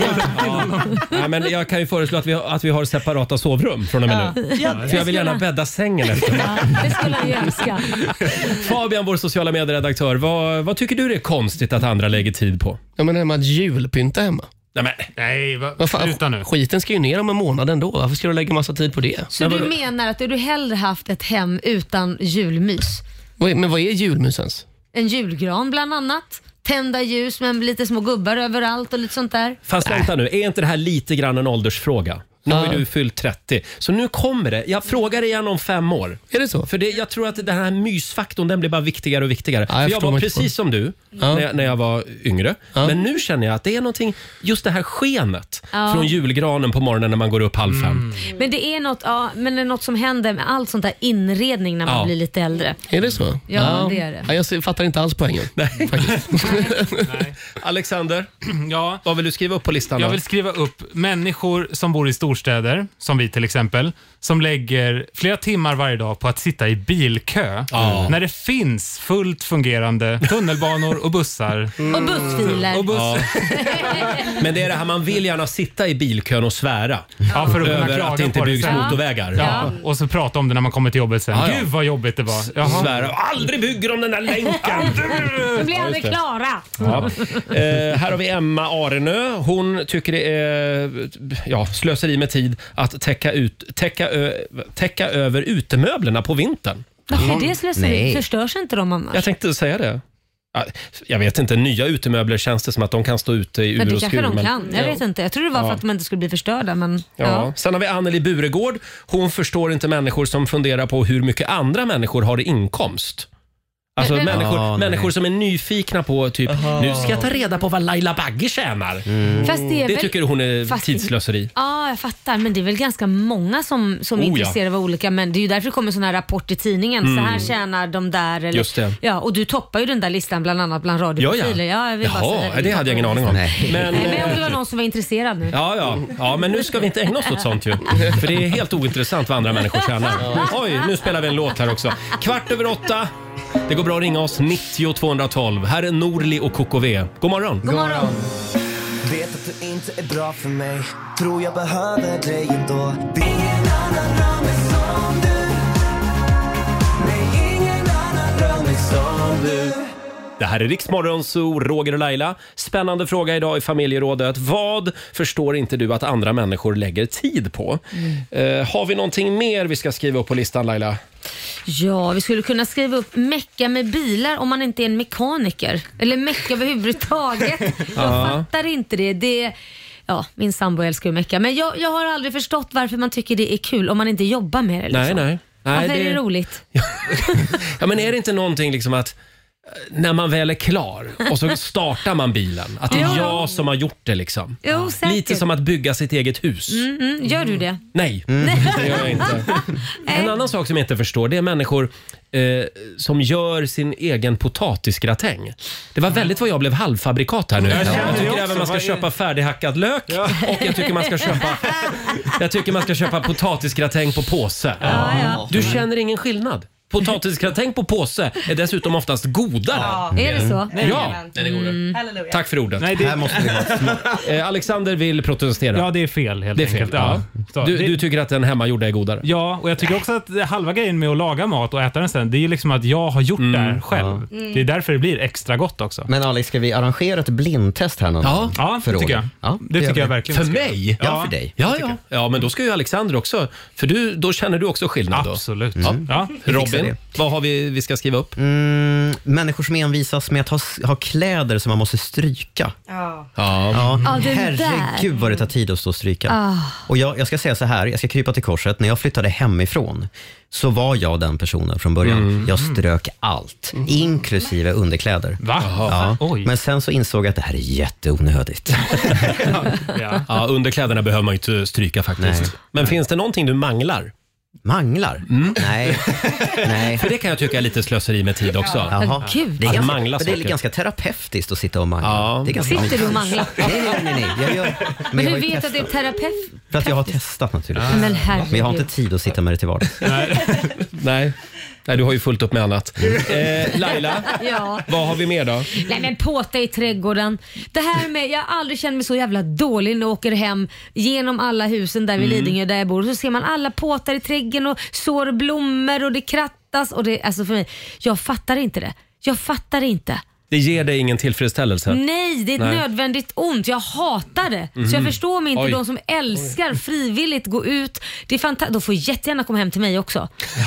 Ja, men jag kan ju föreslå att vi har separata sovrum från och med nu. För jag vill gärna bädda sängen efter. Det skulle jag önska. Fabian, vår sociala medieredaktör, vad tycker du det är konstigt att andra lägger tid på? Ja, men det är med att julpynta hemma. Nej, sluta nu. Skiten ska ju ner om en månad ändå. Varför ska du lägga massa tid på det? Så du menar att du hellre haft ett hem utan julmys? Men vad är julmysens? En julgran bland annat. Tända ljus med lite små gubbar överallt och lite sånt där. Fast vänta nu, är inte det här lite grann en åldersfråga? Nu har ju du fyllt 30. Så nu kommer det. Jag frågar igen om 5 år. Är det så? För jag tror att den här mysfaktorn, den blir bara viktigare och viktigare. Ja, jag var precis som du när jag var yngre. Men nu känner jag att det är någonting, just det här skenet från julgranen på morgonen när man går upp 4:30. Men det är något som händer med allt sånt där inredning när man blir lite äldre. Är det så? Ja, det är det. Ja, jag fattar inte alls poängen. Nej. Alexander, vad vill du skriva upp på listan? Jag vill skriva upp människor som bor i storstäder, som vi till exempel, som lägger flera timmar varje dag på att sitta i bilkö när det finns fullt fungerande tunnelbanor och bussar. Och bussfiler. Men det är det här, man vill gärna sitta i bilkön och svära för att över att det inte byggs motorvägar. Ja. Och så prata om det när man kommer till jobbet sen. Gud vad jobbigt det var. Svära, aldrig bygger de den där länken. De blir aldrig klara. Här har vi Emma Arenö. Hon tycker det är slöseri med tid att täcka över utemöblerna på vintern. Varför är det slöseri? Förstörs inte de annars? Jag tänkte säga det. Jag vet inte, nya utemöbler känns det som att de kan stå ute i ur och skur. Det kanske de kan, jag vet inte. Jag tror det var för att de inte skulle bli förstörda. Men, ja. Sen har vi Anneli Buregård. Hon förstår inte människor som funderar på hur mycket andra människor har i inkomst. Alltså människor som är nyfikna på typ, nu ska jag ta reda på vad Laila Bagge tjänar. Fast det tycker hon är tidslöseri. Ja, jag fattar. Men det är väl ganska många som är intresserade av olika. Men det är ju därför det kommer sån här rapport i tidningen. Så här tjänar de där. Eller, just det. Ja, och du toppar ju den där listan bland annat bland radioprofiler. Ja, det hade jag ingen aning om. Men om det var någon som var intresserad nu. Ja, men nu ska vi inte ägna oss åt sånt ju. För det är helt ointressant vad andra människor tjänar. Oj, nu spelar vi en låt här också. 7:15. Det går bra att ringa oss 90 212. Här är Norli och KKV. God morgon. God morgon. Vet att du inte är bra för mig. Tror jag behöver dig ändå. Det är ingen annan rör mig som du. Nej, ingen annan rör mig som du. Det här är Riksmorgon, så Roger och Laila. Spännande fråga idag i familjerådet. Vad förstår inte du att andra människor lägger tid på? Har vi någonting mer vi ska skriva upp på listan, Laila? Ja, vi skulle kunna skriva upp mecka med bilar om man inte är en mekaniker. Eller mecka överhuvudtaget. Jag fattar inte det. Ja, min sambo älskar ju mecka. Men jag har aldrig förstått varför man tycker det är kul om man inte jobbar med det. Liksom. Nej. Varför är det roligt? Ja, men är det inte någonting liksom att när man väl är klar och så startar man bilen, att det är jag som har gjort det liksom. Jo, lite som att bygga sitt eget hus. Gör du det? Nej, det gör jag inte. En annan sak som jag inte förstår, det är människor som gör sin egen potatisgratäng. Det var väldigt vad jag blev halvfabrikat här nu. Jag tycker även man ska köpa färdighackad lök och jag tycker man ska köpa potatisgratäng på påse. Du känner ingen skillnad. Potatisgratäng på påse är dessutom oftast godare. Är det så? Ja. Den är godare. Tack för ordet. Nej, Här måste vi ha Alexander vill protestera. Ja, det är fel helt enkelt. Ja. Du tycker att den hemmagjorda är godare? Ja, och jag tycker också att halva grejen med att laga mat och äta den sen, det är ju liksom att jag har gjort det här själv. Det är därför det blir extra gott också. Men Alex, ska vi arrangera ett blindtest här någon gång? Ja, det tycker jag. Ja, det tycker jag verkligen. För mig? Ja, för dig. Ja, men då ska ju Alexander också, för då känner du också skillnad då. Absolut. Ja. Robin, vad har vi ska skriva upp? Människor som envisas med att ha kläder som man måste stryka. Herregud vad det tar tid att stå och stryka. Och jag ska säga så här, jag ska krypa till korset. När jag flyttade hemifrån så var jag den personen från början. Jag strök allt, inklusive underkläder. Va? Ja. Men sen så insåg jag att det här är jätteonödigt. Underkläderna behöver man ju inte stryka faktiskt. Nej. Men finns det någonting du manglar? Manglar? Nej. För det kan jag tycka är lite slöseri med tid också. Gud. Det är ganska terapeutiskt att sitta och mangla. Det är ganska sitter du och manglar? Nej. Men hur vet att det är terapeut? För att jag har testat naturligtvis. Men jag har inte tid att sitta med det till vardags. Nej, du har ju fullt upp med annat. Laila, vad har vi mer då? Nej, men påta i trädgården. Det här med, jag har aldrig känt mig så jävla dålig när jag åker hem genom alla husen där vid Lidingö där jag bor. Så ser man alla påtar i trädgården och sår blommor och det krattas. Och det, alltså för mig, jag fattar inte det. Jag fattar inte. Det ger dig ingen tillfredsställelse? Nej, det är ett nödvändigt ont. Jag hatar det. Så jag förstår mig inte de som älskar frivilligt gå ut. Det är fantastiskt. De får jättegärna komma hem till mig också.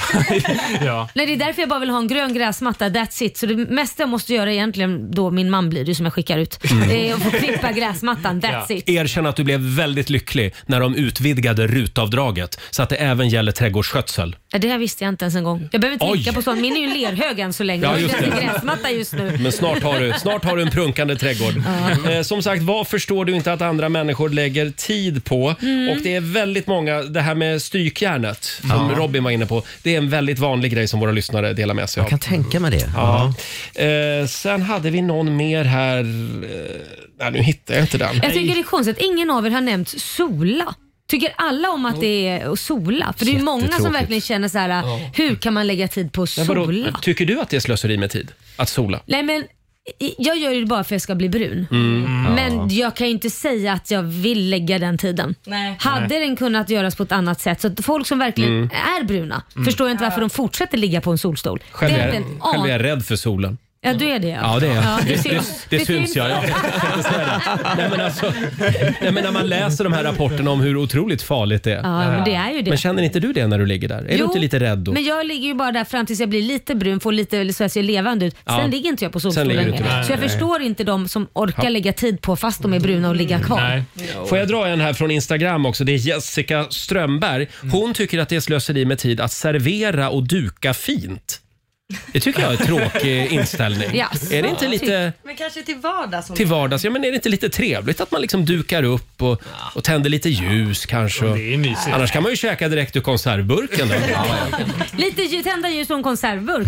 Nej, det är därför jag bara vill ha en grön gräsmatta. That's it. Så det mesta jag måste göra egentligen då min man blir det som jag skickar ut. Är att få klippa gräsmattan. That's it. Erkänn att du blev väldigt lycklig när de utvidgade rutavdraget så att det även gäller trädgårdsskötsel. Ja, det här visste jag inte ens en gång. Jag behöver inte tänka på sånt. Min är ju en lerhög än så länge. Ja, just det. Jag har gräsmatta just nu. Men snart har du en prunkande trädgård. Som sagt, vad förstår du inte att andra människor lägger tid på? Och det är väldigt många, det här med strykjärnet som Robin var inne på, det är en väldigt vanlig grej som våra lyssnare delar med sig av. Jag kan tänka mig det. Sen hade vi någon mer här. Nej, nu hittar jag inte den. Jag tycker det är konstigt att ingen av er har nämnt sola. Tycker alla om att det är att sola? För det är många som verkligen känner så här: hur kan man lägga tid på att sola? Tycker du att det är slöseri med tid att sola? Nej, men jag gör det bara för att jag ska bli brun. Men jag kan ju inte säga att jag vill lägga den tiden. Hade den kunnat göras på ett annat sätt, så att folk som verkligen är bruna förstår jag inte varför de fortsätter ligga på en solstol. Själv är jag rädd för solen. Ja, du är det. Ja, det är jag. Ja, det syns jag. Nej, men när man läser de här rapporterna om hur otroligt farligt det är. Ja, men det är ju det. Men känner inte du det när du ligger där? Är du inte lite rädd då? Men jag ligger ju bara där fram tills jag blir lite brun, får lite så att jag ser levande ut. Sen ligger inte jag på solstolen längre. Så jag förstår inte de som orkar lägga tid på fast de är bruna och ligga kvar. Nej. Får jag dra en här från Instagram också? Det är Jessica Strömberg. Hon tycker att det är slöseri med tid att servera och duka fint. Det tycker jag är en tråkig inställning. Yes. Är det inte lite... Men kanske till vardags. Till vardags, ja, men är det inte lite trevligt att man liksom dukar upp och tänder lite ljus kanske? Det är mysigt. Annars kan man ju käka direkt ur konservburken. Då. Lite tända ljus och en konservburk.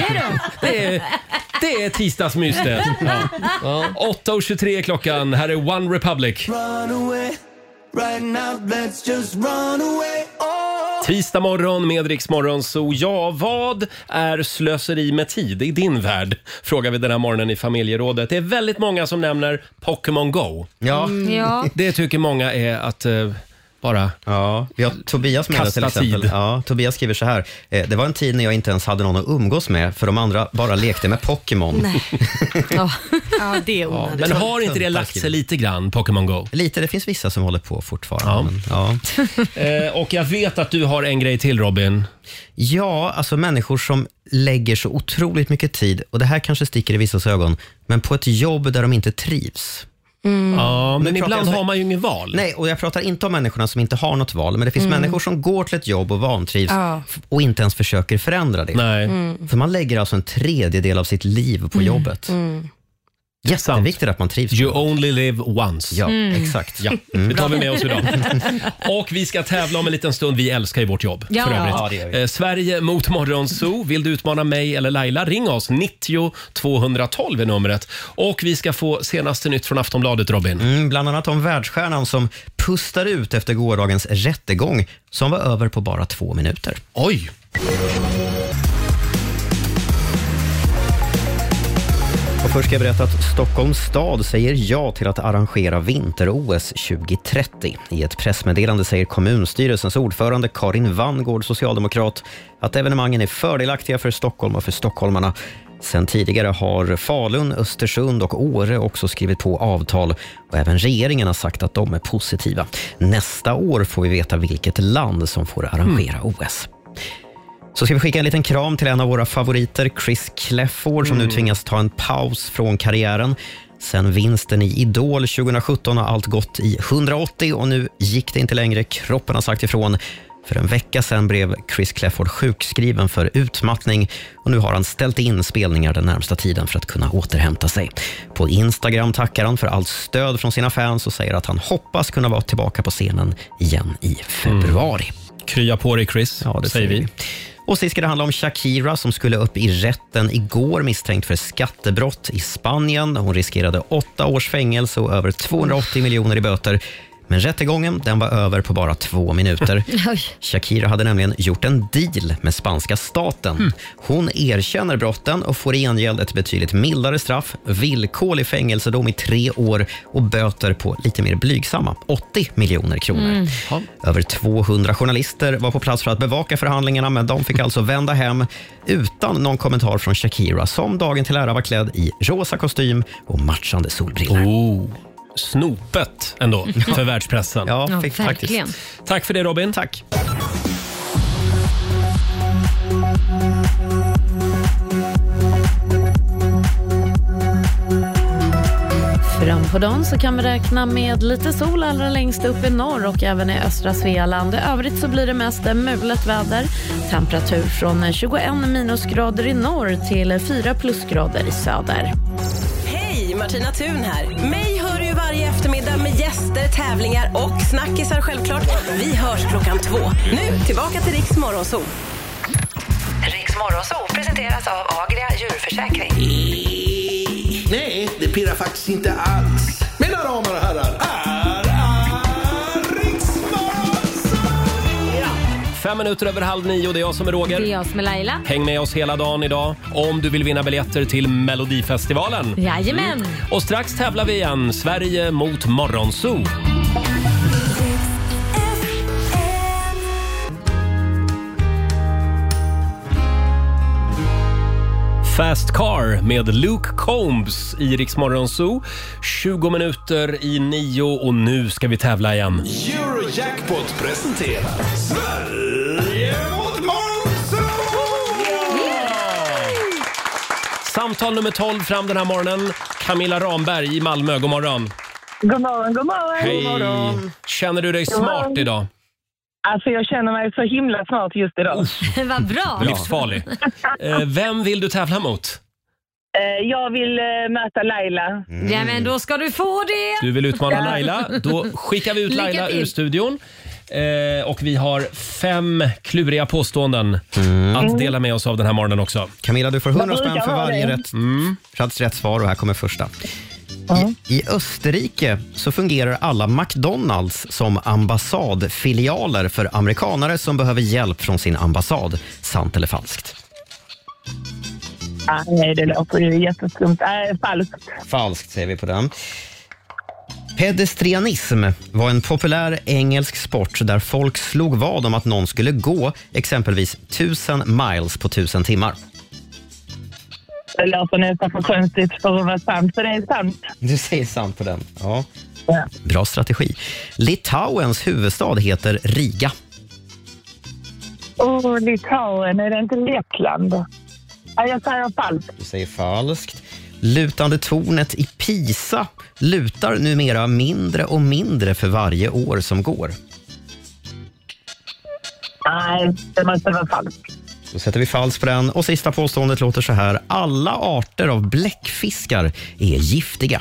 Det är tisdagsmys det. Ja. 8:23 klockan. Här är One Republic. Tisdag morgon med Rix Morgon. Så ja, vad är slöseri med tid i din värld? Frågar vi den här morgonen i familjerådet. Det är väldigt många som nämner Pokémon Go. Ja. Det tycker många är att bara vi har Tobias med till exempel. Ja, Tobias skriver så här. Det var en tid när jag inte ens hade någon att umgås med för de andra bara lekte med Pokémon. Nej. Ja, det är onödigt. Men har inte det lagt sig lite grann, Pokémon Go? Lite, det finns vissa som håller på fortfarande. Och jag vet att du har en grej till, Robin. Ja, alltså människor som lägger så otroligt mycket tid, och det här kanske sticker i vissas ögon, men på ett jobb där de inte trivs. Ja, men ibland har man ju ingen val. Nej, och jag pratar inte om människorna som inte har något val, men det finns människor som går till ett jobb och vantrivs och inte ens försöker förändra det. Nej. För man lägger alltså en tredjedel av sitt liv på jobbet. Jätteviktigt att man trivs. You only live once. Ja, exakt. Ja. Det tar vi med oss idag. Och vi ska tävla om en liten stund. Vi älskar ju vårt jobb. Ja. För övrigt. Ja, det gör vi. Sverige mot Morgonzoo. Vill du utmana mig eller Laila? Ring oss. 90 212 är numret. Och vi ska få senaste nytt från Aftonbladet, Robin. Bland annat om världsstjärnan som pustar ut efter gårdagens rättegång som var över på bara 2 minuter. Oj! Och först ska jag berätta att Stockholms stad säger ja till att arrangera vinter-OS 2030. I ett pressmeddelande säger kommunstyrelsens ordförande Karin Vangård, socialdemokrat, att evenemangen är fördelaktiga för Stockholm och för stockholmarna. Sen tidigare har Falun, Östersund och Åre också skrivit på avtal och även regeringen har sagt att de är positiva. Nästa år får vi veta vilket land som får arrangera OS. Så ska vi skicka en liten kram till en av våra favoriter, Chris Clafford, som nu tvingas ta en paus från karriären. Sen vinsten i Idol 2017 har allt gått i 180 och nu gick det inte längre. Kroppen har sagt ifrån. För en vecka sedan blev Chris Clafford sjukskriven för utmattning och nu har han ställt in spelningar den närmsta tiden för att kunna återhämta sig. På Instagram tackar han för allt stöd från sina fans och säger att han hoppas kunna vara tillbaka på scenen igen i februari. Krya på dig, Chris, ja, det säger vi. Och sist ska det handla om Shakira som skulle upp i rätten igår misstänkt för skattebrott i Spanien. Hon riskerade 8 års fängelse och över 280 miljoner i böter. Men rättegången, den var över på bara 2 minuter. Shakira hade nämligen gjort en deal med spanska staten. Hon erkänner brotten och får i gengäld ett betydligt mildare straff, villkorlig fängelsedom i 3 år och böter på lite mer blygsamma 80 miljoner kronor. Över 200 journalister var på plats för att bevaka förhandlingarna, men de fick alltså vända hem utan någon kommentar från Shakira som dagen till ära var klädd i rosa kostym och matchande solbrillor. Snopet ändå för världspressen. Ja, verkligen. Tack för det, Robin. Tack. Fram på dagen så kan vi räkna med lite sol allra längst upp i norr och även i östra Svealand. I övrigt så blir det mest mulet väder. Temperatur från 21 minusgrader i norr till 4 plusgrader i söder. Hej, Martina Thun här. Mig hör du varje eftermiddag med gäster, tävlingar och snackisar självklart. Vi hörs klockan 2. Nu tillbaka till Rix Morgonzoo. Rix Morgonzoo presenteras av Agria djurförsäkring. Nej, det pirrar faktiskt inte alls. Mina damer och herrar, här är Rix Morgonzoo. 5 minuter över 8:30, det är jag som är Roger. Det är jag som är Laila. Häng med oss hela dagen idag om du vill vinna biljetter till Melodifestivalen. Jajamän. Och strax tävlar vi igen, Sverige mot Morgonzoo. Fast Car med Luke Combs i Rix Morgon Zoo. 20 minuter i 9 och nu ska vi tävla igen. Eurojackpot presenterar Sverige mot Monzo! Samtal nummer 12 fram den här morgonen. Camilla Ramberg i Malmö, god morgon. God morgon, god morgon. Hej. God morgon. Känner du dig smart idag? Alltså jag känner mig så himla smart just idag. Vad bra. Livsfarlig. Vem vill du tävla mot? Jag vill möta Laila. Ja, men då ska du få det. Du vill utmana Laila. Då skickar vi ut Laila ur studion. Och vi har 5 kluriga påståenden att dela med oss av den här morgonen också. Camilla, du får 100 spänn för varje rätt svar och här kommer första. I Österrike så fungerar alla McDonalds som ambassadfilialer för amerikanare som behöver hjälp från sin ambassad. Sant eller falskt? Nej, det låter ju jätteskumt. Falskt. Falskt säger vi på den. Pedestrianism var en populär engelsk sport där folk slog vad om att någon skulle gå exempelvis 1000 miles på 1000 timmar. Det låter nästan för konstigt för att vara sant, så det är sant. Du säger sant på den. Ja. Bra strategi. Litauens huvudstad heter Riga. Litauen, är det inte Lettland? Jag säger falskt. Du säger falskt. Lutande tornet i Pisa lutar numera mindre och mindre för varje år som går. Nej, det måste vara falskt. Då sätter vi falskt på den. Och sista påståendet låter så här. Alla arter av bläckfiskar är giftiga.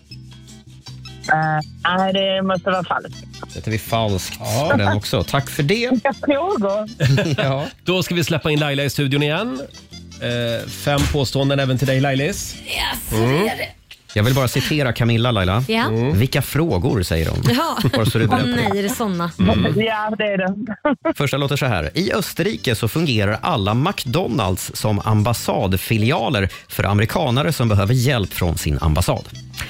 Nej, det måste vara falskt. Sätter vi falskt på den också. Tack för det. Vilka frågor? Ja. Då ska vi släppa in Laila i studion igen. 5 påståenden även till dig, Lailis. Jag vill bara citera Camilla, Laila. Ja. Vilka frågor, säger hon. Ja. Bara så du är beredd på det. Nej, är det såna? Ja, det är det. Första låter så här. I Österrike så fungerar alla McDonalds som ambassadfilialer för amerikanare som behöver hjälp från sin ambassad.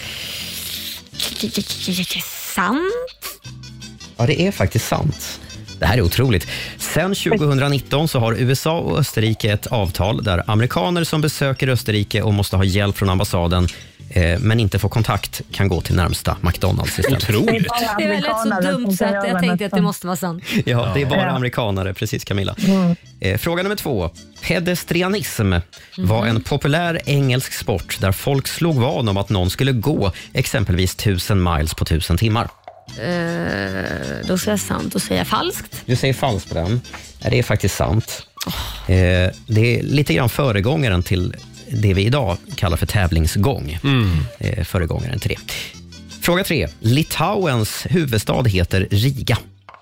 Sant? Ja, det är faktiskt sant. Det här är otroligt. Sen 2019 så har USA och Österrike ett avtal där amerikaner som besöker Österrike och måste ha hjälp från ambassaden men inte får kontakt kan gå till närmsta McDonalds istället. Otroligt. Det var lätt så dumt så att jag tänkte att det måste vara sant. Ja, det är bara amerikanare, precis Camilla. Fråga nummer 2. Pedestrianism var en populär engelsk sport där folk slog vad om att någon skulle gå exempelvis 1000 miles på 1000 timmar. Då säger jag sant, då säger jag falskt. Du säger falskt på den. Det är faktiskt sant. Det är lite grann föregångaren till det vi idag kallar för tävlingsgång. Föregångaren till det. Fråga 3. Litauens huvudstad heter Riga.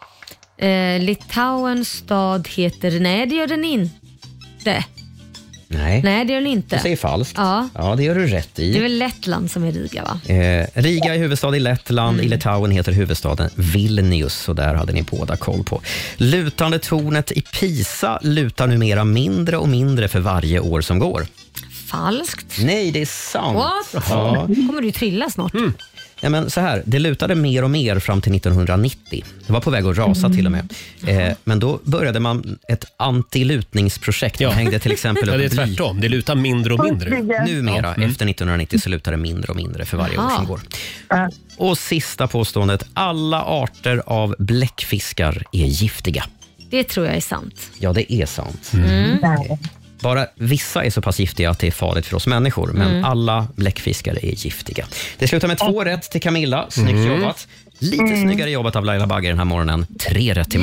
Litauens stad heter... Nej, det gör den inte. Nej, det gör den inte. Du säger falskt. Ja. Ja, det gör du rätt i. Det är väl Lettland som är Riga, va? Riga är huvudstad i Lettland. I Litauen heter huvudstaden Vilnius, och där hade ni båda koll på. Lutande tornet i Pisa lutar numera mindre och mindre för varje år som går. Falskt. Nej, det är sant. What? Ja. Kommer du trilla snart? Ja, men så här, det lutade mer och mer fram till 1990. Det var på väg att rasa till och med. Men då började man ett antilutningsprojekt. Man hängde till exempel upp det är tvärtom. Det lutar mindre och mindre. Numera, efter 1990, så lutar det mindre och mindre för varje år som går. Och sista påståendet. Alla arter av bläckfiskar är giftiga. Det tror jag är sant. Ja, det är sant. Bara vissa är så pass giftiga att det är farligt för oss människor. Men alla bläckfiskar är giftiga. Det slutar med 2 rätt till Camilla. Snyggt jobbat. Lite snyggare jobbat av Laila Bagger den här morgonen. 3 rätt till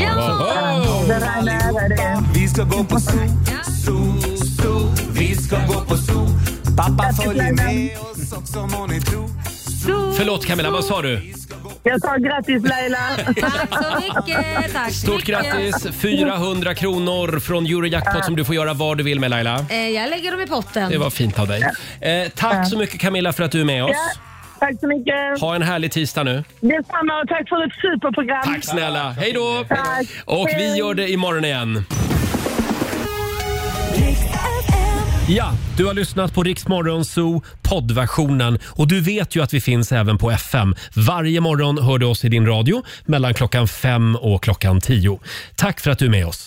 morgon. Vi ska gå på zoo. Vi ska gå på zoo. Pappa följer med oss också, må ni tro. Förlåt Camilla, vad sa du? Jag sa grattis Laila. Tack så mycket. Tack så Stort mycket. grattis. 400 kronor från Eurojackpot som du får göra vad du vill med, Laila. Jag lägger dem i potten. Det var fint av dig. Tack så mycket Camilla för att du är med oss. Tack så mycket. Ha en härlig tisdag nu. Detsamma, och tack för ett superprogram. Tack snälla. Hej då. Tack. Och vi gör det imorgon igen. Ja, du har lyssnat på Rix Morgon Zoo poddversionen och du vet ju att vi finns även på FM. Varje morgon hör du oss i din radio mellan klockan 5 och klockan 10. Tack för att du är med oss.